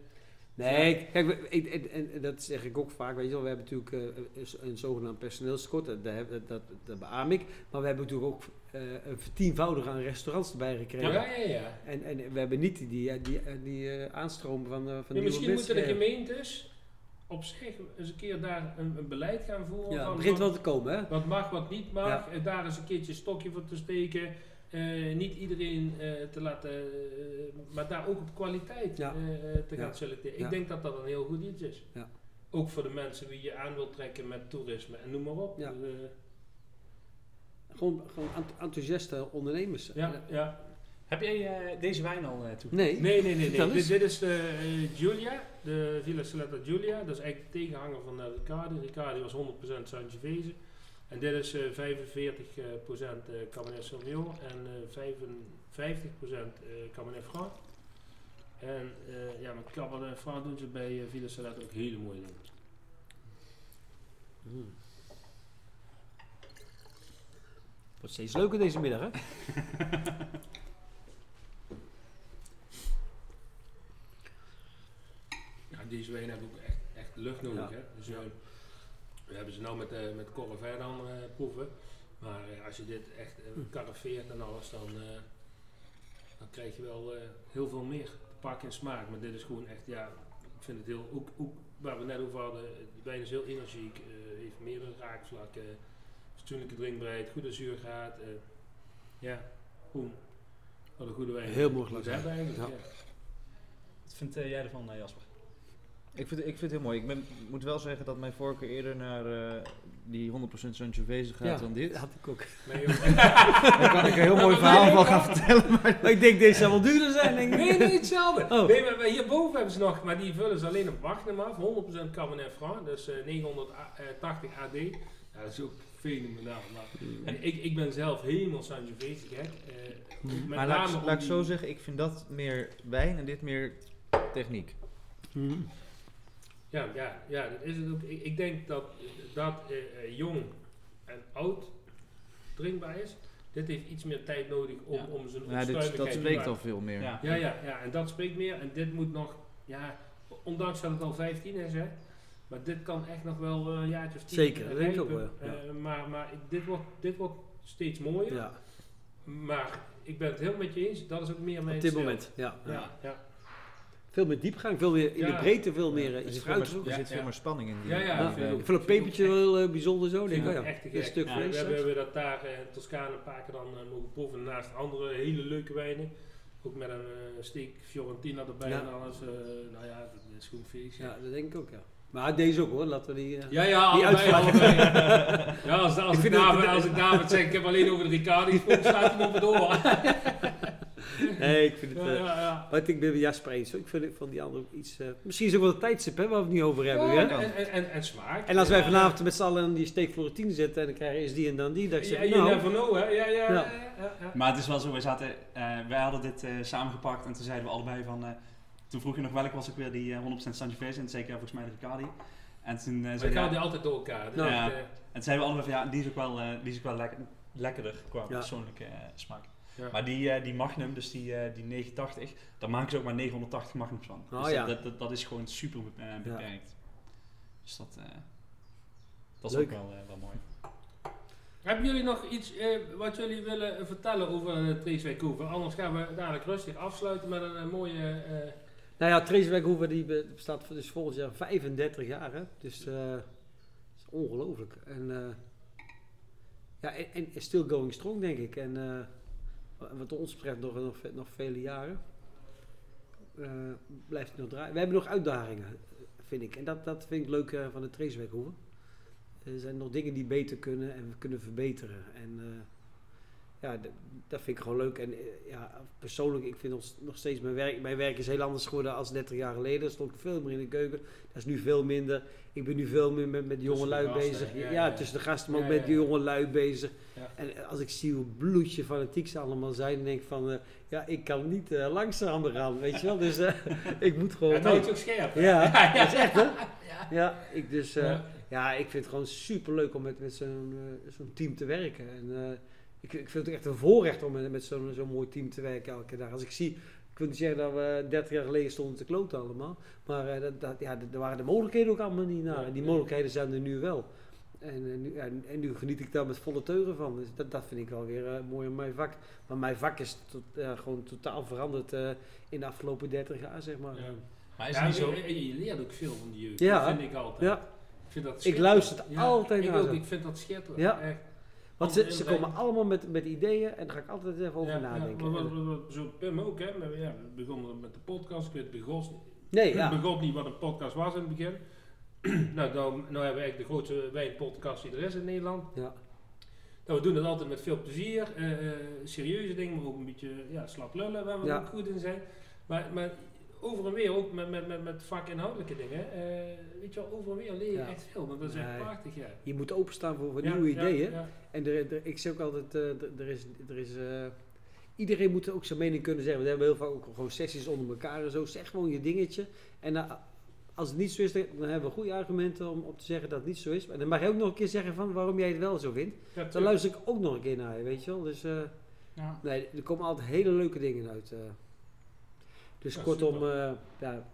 Nee, kijk, we- ik, en, en dat zeg ik ook vaak, weet je wel, we hebben natuurlijk uh, een, een zogenaamd personeelstekort, dat, dat, dat, dat, dat beaam ik, maar we hebben natuurlijk ook uh, een vertienvoudige aan restaurants erbij gekregen. ja, ja, ja. En, en we hebben niet die, die, die, die uh, aanstroom van, uh, van Ja, nieuwe misschien mensen. moeten de gemeentes op zich eens een keer daar een, een beleid gaan voeren. Ja, het van begint wat- wel te komen, hè? Wat mag, wat niet mag. Ja. En daar eens een keertje een stokje voor te steken. Eh, niet iedereen eh, te laten, eh, maar daar ook op kwaliteit Ja. eh, te gaan Ja. selecteren. Ja. Ik denk dat dat een heel goed iets is. Ja. Ook voor de mensen wie je aan wilt trekken met toerisme en noem maar op. Ja. Dus, eh, Gewoon, gewoon ent- enthousiaste ondernemers. ja, ja. Heb jij uh, deze wijn al uh, toe? Nee. Nee, nee, nee. Vertel nee. eens. Dit, dit is de uh, Giulia, de Villa Saletta Giulia. Dat is eigenlijk de tegenhanger van uh, Riccardi. Riccardi was honderd procent Sangiovese. En dit is uh, vijfenveertig procent uh, Cabernet Sauvignon en uh, vijfenvijftig procent uh, Cabernet Franc. En uh, ja, met Cabernet Franc doen ze bij uh, Villa Saletta ook hele mooie dingen. Mm. Wordt steeds leuker deze middag, hè? deze wijn hebben ook echt, echt lucht nodig. Ja. Hè? Dus uh, we hebben ze nou met, uh, met Corvair dan uh, proeven. Maar uh, als je dit echt uh, caraveert en alles, dan, uh, dan krijg je wel uh, heel veel meer te pakken en smaak. Maar dit is gewoon echt, ja, ik vind het heel, ook, ook waar we net over hadden, de wijn is heel energiek, uh, heeft meerdere raakvlakken, fatsoenlijke drinkbaarheid, goede zuurgraad. Uh, ja, gewoon wat een goede wijn. Heel mooi moet glas. hebben eigenlijk. Ja. Ja. Wat vind uh, jij ervan, uh, Jasper? Ik vind, ik vind het heel mooi. Ik ben, moet wel zeggen dat mijn voorkeur eerder naar uh, die honderd procent Sangiovese gaat Ja, dan dit. dat had ik ook. Nee, joh. Daar kan ik een heel mooi verhaal van gaan vertellen. Maar Maar ik denk, deze zou wel duurder zijn, denk ik. Nee, nee, hetzelfde. Oh. Nee, maar, maar hierboven hebben ze nog, maar die vullen ze alleen op Wagnum af. honderd procent Cabernet Franc, dus uh, negenhonderdtachtig A D. Ja, dat is ook fenomenaal. Maar, en ik, ik ben zelf helemaal Sangiovese gek. Uh, met maar laat, name ik- om laat ik die- zo zeggen, ik vind dat meer wijn en dit meer techniek. Mhm. Ja, ja, ja, dat is het ook. Ik, ik denk dat dat uh, uh, jong en oud drinkbaar is. Dit heeft iets meer tijd nodig om, Ja. om zijn Ja, dit, onstuimigheid dat te spreekt maken. al veel meer. Ja. Ja, ja, ja, en dat spreekt meer. En dit moet nog, ja, ondanks dat het al vijftien is, hè. Maar dit kan echt nog wel uh, een jaartje of tien Zeker, uh, dat denk ik ook rijpen. wel, ja. Uh, maar maar ik- dit, wordt, dit wordt steeds mooier. Ja, Maar ik ben het heel met je eens. Dat is ook meer mijn op dit stijl. moment. Ja. Ja, ja. Veel meer diepgang, veel meer in Ja. de breedte, veel meer uh, Er iets zit veel meer, fruitigs. er Ja, zit veel ja. meer spanning in. Die, Ja, ja, die Ja. ik vind wijn. ook- Ik vind een pepertje wel uh, bijzonder zo. Denk ik, Ja, oh ja, echt te een gek. stuk Ja, We vlees. hebben, straks. we hebben dat daar uh, in Toscane een paar keer dan uh, mogen proeven naast andere hele leuke wijnen. Ook met een uh, steak Fiorentina erbij Ja. en alles. Uh, nou ja, dat is gewoon feest. Ja, dat denk ik ook, ja. Maar deze ook hoor, laten we die... uh, Ja, ja, Die allebei, uitvraag. allebei. Ja, als, als, Ik ik, vind het- David, als ik David zeg, ik heb alleen over de Riccardi gesproken, slaat hij me op het oor. Nee, ik vind het... Ja, uh, ja, ja. Maar ik ben met Jasper eens. hoor. Ik vind het van die andere ook iets... uh, misschien is het ook wel de tijdstip hè, waar we het niet over hebben. Ja, hè? en, en, en, en smaak. En als wij Ja, vanavond met z'n allen aan die steak Florentine zitten en dan krijgen we eerst die en dan die, dan Ja, zeg ja, ik, you nou, never know, hè. Ja, ja, ja. Ja. ja, ja, ja. Maar het is wel zo, wij, zaten, uh, wij hadden dit uh, samengepakt en toen zeiden we allebei van... Uh, toen vroeg je nog welke was ook weer die uh, honderd procent Sangiovese en zeker volgens mij de Riccardi. En toen uh, Maar zei ik haal ja, die altijd door elkaar. Dus Nou, echt, ja. uh, en zeiden we allebei van ja, die is ook wel, uh, die is ook wel lekker, lekkerder qua Ja. persoonlijke uh, smaak. ja. Maar die, uh, die Magnum, dus die, uh, die negenentachtig, daar maken ze ook maar negenhonderdtachtig Magnums van. Oh, dus ja. dat, dat, dat is gewoon super uh, beperkt. Dus dat, uh, dat is Leuk. ook wel, uh, wel mooi. Hebben jullie nog iets eh, wat jullie willen vertellen over uh, Treeswijkhoeve? Anders gaan we dadelijk rustig afsluiten met een, een mooie... eh, Nou ja, Treeswijkhoeve die be- bestaat voor- dus volgend jaar vijfendertig jaar. Hè? Dus uh, dat is ongelooflijk. En, uh, ja, en, en still going strong, denk ik. En uh, wat ons betreft nog, nog, nog vele jaren. Uh, blijft het nog draaien. We hebben nog uitdagingen, vind ik. En dat, dat vind ik leuk uh, van de Treeswijkhoeve. Er zijn nog dingen die beter kunnen en we kunnen verbeteren. En uh, ja, d- dat vind ik gewoon leuk. En uh, ja, persoonlijk, ik vind ons nog steeds mijn werk. Mijn werk is heel anders geworden als dertig jaar geleden. Daar stond ik veel meer in de keuken. Dat is nu veel minder. Ik ben nu veel meer met, met jonge Tussen de lui gasten, bezig. ja, Ja, ja, ja. tussen de gasten, maar ook Ja, met ja, die ja. jonge lui bezig. Ja. En als ik zie hoe bloedje fanatiek ze allemaal zijn, dan denk ik van, uh, ja, ik kan niet uh, langzamer gaan, weet je wel. Dus uh, ik moet gewoon het mee. houdt je ook scherp. hè? Ja, ja, dat is echt hè. ja. Ja, ik dus... uh, Ja. ja, ik vind het gewoon super leuk om met, met zo'n uh, zo'n team te werken. En uh, ik, ik vind het echt een voorrecht om met, met zo'n zo'n mooi team te werken elke dag. Als ik zie, ik wil niet zeggen dat we dertig jaar geleden stonden te kloten allemaal. Maar uh, dat, dat, ja, er waren de mogelijkheden ook allemaal niet naar. En die mogelijkheden zijn er nu wel. En, uh, nu, en, en nu geniet ik daar met volle teugen van. Dus dat, dat vind ik wel weer uh, mooi aan mijn vak. Maar mijn vak is tot, uh, gewoon totaal veranderd uh, in de afgelopen dertig jaar, zeg maar. Ja. Maar is Ja, het niet zo... je, je leert ook veel van die jeugd. Ja. Dat vind ik altijd. Ja, Ik, vind dat ik schitterend. luister het Ja, altijd ik naar ook, ze. ik vind dat schitterend. Ja. Echt. Want ze, Andere ze inbreng. komen allemaal met, met ideeën en daar ga ik altijd even over Ja, nadenken. Ja, maar wat, wat, wat, zo Pim ook, hè. Maar, ja, we begonnen met de podcast. Ik weet begon, nee, ik ja. begon niet wat een podcast was in het begin. nou, nou, nou hebben we eigenlijk de grootste wijnpodcast die er is in Nederland. ja. Nou, we doen het altijd met veel plezier. Uh, uh, serieuze dingen, maar ook een beetje ja, slap lullen, waar we Ja. ook goed in zijn. Maar, maar over en weer ook met, met, met, met vakinhoudelijke dingen. Uh, weet je wel, over en weer leer je Ja. echt veel. Want dat is echt Nee. prachtig, ja. Je moet openstaan voor, voor Ja, nieuwe ja, ideeën. ja. En er, er- ik zeg ook altijd, eh, er, er is, er is uh, iedereen moet ook zijn mening kunnen zeggen. We hebben heel vaak ook gewoon sessies onder elkaar en zo. Zeg gewoon je dingetje. En uh, als het niet zo is, dan dan hebben we goede argumenten om, om te zeggen dat het niet zo is. En dan mag je ook nog een keer zeggen van waarom jij het wel zo vindt. Ja, Dan tuurlijk. luister ik ook nog een keer naar je, weet je wel. Dus uh, Ja. nee, er komen altijd hele leuke dingen uit. Uh. Dus Ja, kortom, super. uh, ja,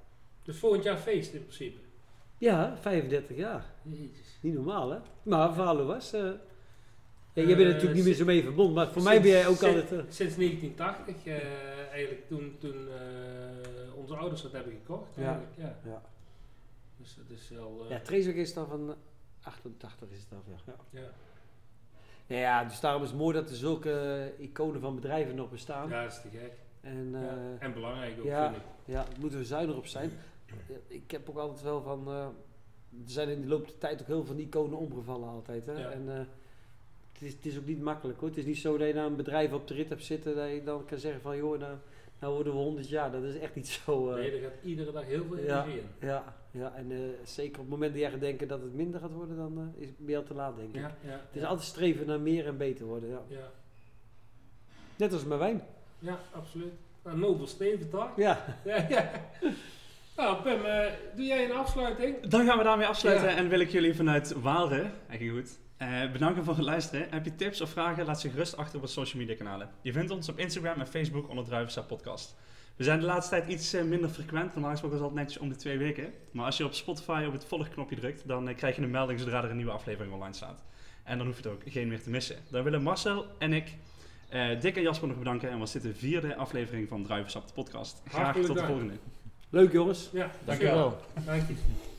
Dus volgend jaar feest in principe. Ja, vijfendertig jaar. Jezus. Niet normaal, hè? Maar Valo was... eh ja, Eh, jij bent natuurlijk niet meer sinds- zo mee verbonden, maar voor mij ben jij ook sinds- altijd... eh, Sinds negentien tachtig, eh, eigenlijk toen, toen eh, onze ouders dat hebben gekocht. Ja. Eigenlijk, ja. ja. Dus dat is wel... eh, ja, Traceback is dan van achtentachtig is het dan, ja. ja. ja. Nou ja, dus daarom is het mooi dat er zulke eh, iconen van bedrijven nog bestaan. ja, dat is te gek. En eh, Ja. En belangrijk ook, ja. vind ik. ja, daar moeten we zuinig op zijn. Ja, ik heb ook altijd wel van... eh, er zijn in de loop der tijd ook heel veel van die iconen omgevallen altijd. Hè? Ja. En eh, het, is, het is ook niet makkelijk hoor. Het is niet zo dat je nou een bedrijf op de rit hebt zitten dat je dan kan zeggen van joh, nou, nou worden we honderd jaar. Dat is echt niet zo... eh, Nee, er gaat iedere dag heel veel ja, energie in. ja, ja, en eh, zeker op het moment dat jij gaat denken dat het minder gaat worden, dan eh, is het meer te laat denk ik. Ja, ja, Het is ja. altijd streven naar meer en beter worden. Ja. Ja, Net als met wijn. ja, absoluut. Nou, nobel steven toch? Ja. Ja, ja. Nou, Pim, eh, doe jij een afsluiting? Dan gaan we daarmee afsluiten Ja. en wil ik jullie vanuit Waalre, eigenlijk goed, eh, bedanken voor het luisteren. Heb je tips of vragen, laat ze gerust achter op de social media kanalen. Je vindt ons op Instagram en Facebook onder Druivensap Podcast. We zijn de laatste tijd iets eh, minder frequent, normaal gesproken is het altijd netjes om de twee weken. Maar als je op Spotify op het volgknopje drukt, dan eh, krijg je een melding zodra er een nieuwe aflevering online staat. En dan hoef je er ook geen meer te missen. Dan willen Marcel en ik eh Dick en Jasper nog bedanken en was dit de vierde aflevering van Druivensap de Podcast. Graag Hartelijk tot de dank. volgende. Leuk jongens. Ja, Dankjewel. Dank je.